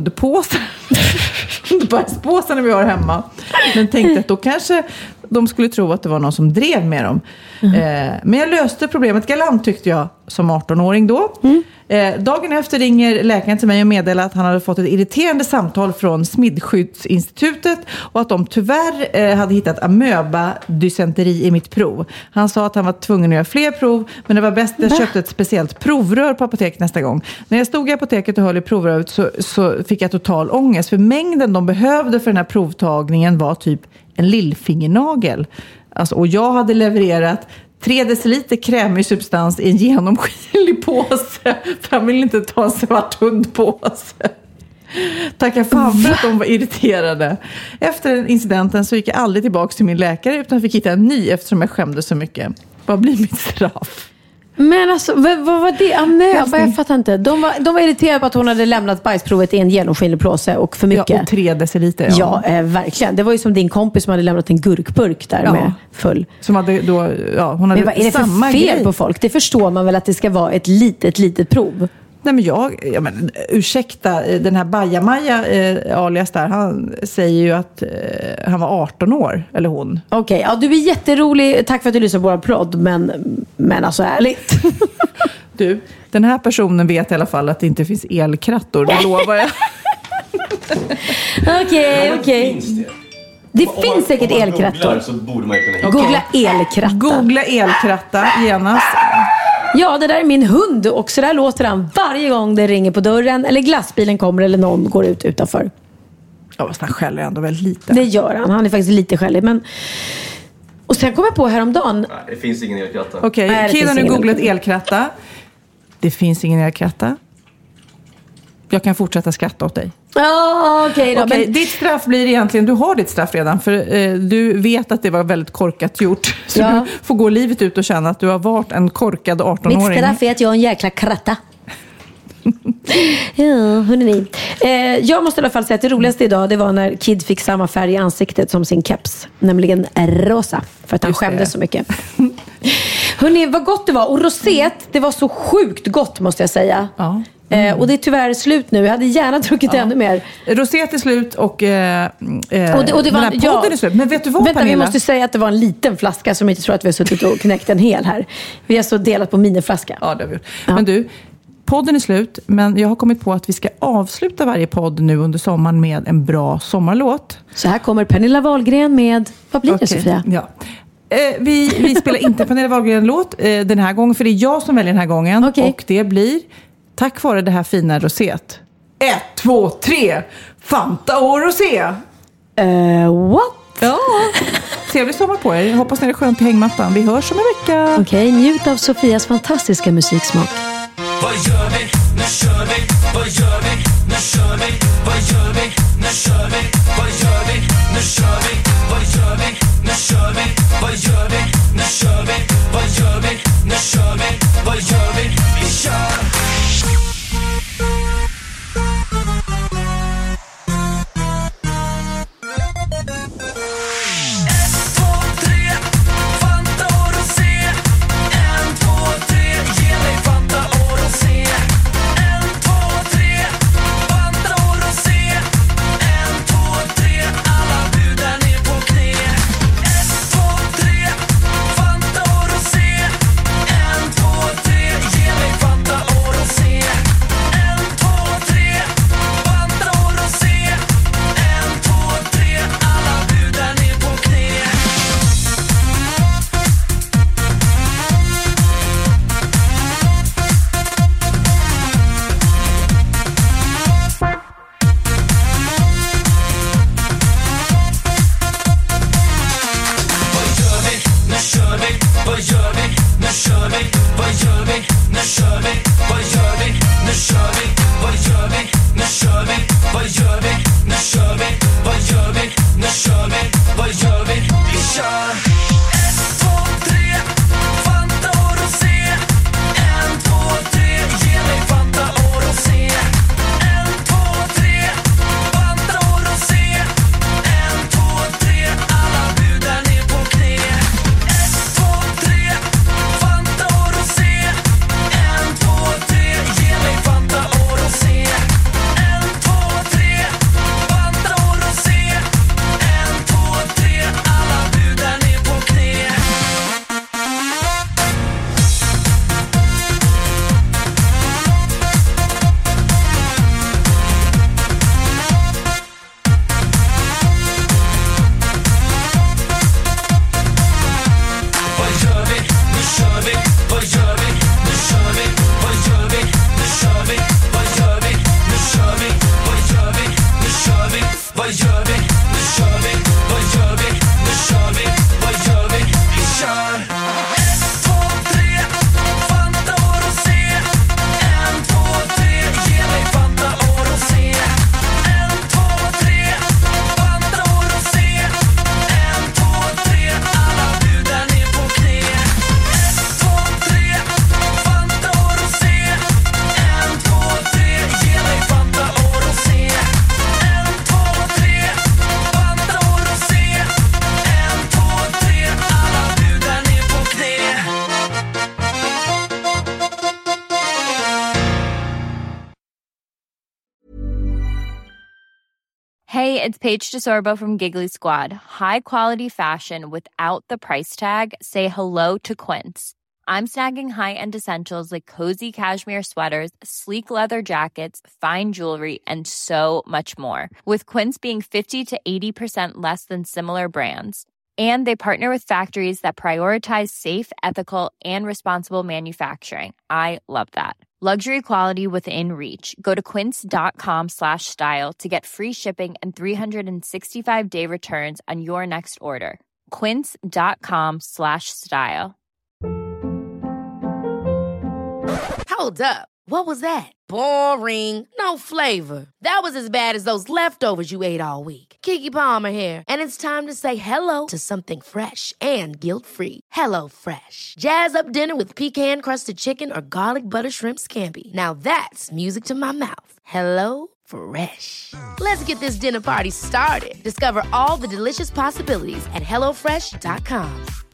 hundbajspåsarna vi har hemma. Men tänkte att då kanske de skulle tro att det var någon som drev med dem. Men jag löste problemet galant tyckte jag som 18-åring då. Dagen efter ringer läkaren till mig och meddelar att han hade fått ett irriterande samtal från Smittskyddsinstitutet och att de tyvärr hade hittat amöba-dysenteri i mitt prov. Han sa att han var tvungen att göra fler prov, men det var bäst att jag köpte ett speciellt provrör på apotek nästa gång. När jag stod i apoteket och höll i provröret så fick jag total ångest, för mängden de behövde för den här provtagningen var typ en lillfingernagel. Alltså, och jag hade levererat 3 deciliter krämig substans i en genomskinlig påse. För han ville inte ta en svart hundpåse. Tacka fan för att de var irriterade. Efter incidenten så gick jag aldrig tillbaka till min läkare utan fick hitta en ny eftersom jag skämde så mycket. Vad blir mitt straff? Men alltså, vad var det? Amöba, jag fattar inte. De var irriterade på att hon hade lämnat bajsprovet i en genomskinlig plåse och för mycket. Ja, och 3 deciliter. Ja, verkligen. Det var ju som din kompis som hade lämnat en gurkburk där med full. Som hade då, hon hade. Men vad är det för fel på folk? Det förstår man väl att det ska vara ett litet prov. Nej men ursäkta, den här Bajamaja alias där, han säger ju att han var 18 år, eller hon. Okej, ja, du är jätterolig, tack för att du lyssnar på vår podd, men alltså ärligt. Du, den här personen vet i alla fall att det inte finns elkrattor, det lovar jag. Okej. Det finns säkert elkrattor. Så borde man kunna hitta. Googla elkratta. Googla elkratta genast. Ja, det där är min hund och så där låter han varje gång det ringer på dörren eller glassbilen kommer eller någon går ut utanför. Ja, fast han skäller ändå väldigt lite. Det gör han är faktiskt lite skällig. Men... Och sen kom jag på häromdagen. Nej, det finns ingen elkratta. Okej, killen har nu googlat elkratta. Det finns ingen elkratta. Jag kan fortsätta skratta åt dig. Okej då. Men... Ditt straff blir egentligen, du har ditt straff redan. För du vet att det var väldigt korkat gjort. Så du får gå livet ut och känna att du har varit en korkad 18-åring. Mitt straff är att jag är en jäkla kratta. Ja, hörni. Jag måste i alla fall säga att det roligaste idag, det var när Kid fick samma färg i ansiktet som sin keps, nämligen rosa, för att han skämdes så mycket. Hörni, vad gott det var. Och rosét, det var så sjukt gott måste jag säga. Ja. Och det är tyvärr slut nu. Jag hade gärna druckit ännu mer. Rosét är slut och det var, den här podden är slut. Men vet du vad, vänta, Pernilla? vi måste säga att det var en liten flaska som jag inte tror att vi har suttit och knäckt en hel här. Vi har så delat på miniflaska. Ja, det har vi gjort. Men du, podden är slut, men jag har kommit på att vi ska avsluta varje podd nu under sommaren med en bra sommarlåt. Så här kommer Pernilla Wahlgren med, vad blir det Sofia? Ja. Vi spelar inte Pernilla Wahlgren-låt den här gången, för det är jag som väljer den här gången. Och det blir, tack vare det här fina rosét. 1, 2, 3, Fanta och rosé. What? Ja, trevlig sommar på er. Jag hoppas ni är skönt i hängmattan. Vi hörs om en vecka. Okej, njut av Sofias fantastiska musiksmak. Vad gör vi? Nu kör vi. Vad gör vi? Nu kör vi. Vad gör vi? Nu kör vi. Vad gör vi? Nu kör vi. Vad gör vi? Nu kör vi. Vad gör vi? Nu kör vi. Vad gör vi? Nu kör vi. Vad gör vi? Vi kör. Alla buden är på knä. vad gör vi? Vi kör 1, 2, 3 Fanta och rosé 1, 2, 3 ge mig Fanta och rosé 1, 2, 3 Fanta och rosé 1, 2, 3 alla budar ner på knä 1, 2, 3 Fanta och rosé 1, 2, 3 ge mig Fanta och rosé 1, 2, 3 Fanta och rosé 1, 2, 3 alla budar ner på knä Vad gör vi? Nu kör vi. Vad gör vi? Nu kör vi. Vad gör vi? Nu kör vi. Vad gör vi? Nu kör vi. Vad gör vi? Nu kör vi. Vad gör vi? Nu kör vi. Vad gör vi? Nu kör vi. Vad gör vi? Vi kör 1, 2, 3 Fanta och rosé 1, 2, 3 ge mig Fanta och rosé 1, 2, 3 Fanta och rosé 1, 2, 3 alla budar ner på knä 1, 2, 3 Fanta och rosé 1, 2, 3 ge mig Fanta och rosé 1, 2, 3 Fanta och rosé 1, 2, 3 alla budar ner på knä Hey, it's Paige DeSorbo from Giggly Squad. High quality fashion without the price tag. Say hello to Quince. I'm snagging high-end essentials like cozy cashmere sweaters, sleek leather jackets, fine jewelry, and so much more. With Quince being 50 to 80% less than similar brands. And they partner with factories that prioritize safe, ethical, and responsible manufacturing. I love that. Luxury quality within reach. Go to quince.com/style to get free shipping and 365-day returns on your next order. Quince.com/style. Hold up. What was that? Boring. No flavor. That was as bad as those leftovers you ate all week. Keke Palmer here. And it's time to say hello to something fresh and guilt-free. Hello Fresh. Jazz up dinner with pecan-crusted chicken or garlic butter shrimp scampi. Now that's music to my mouth. Hello Fresh. Let's get this dinner party started. Discover all the delicious possibilities at hellofresh.com.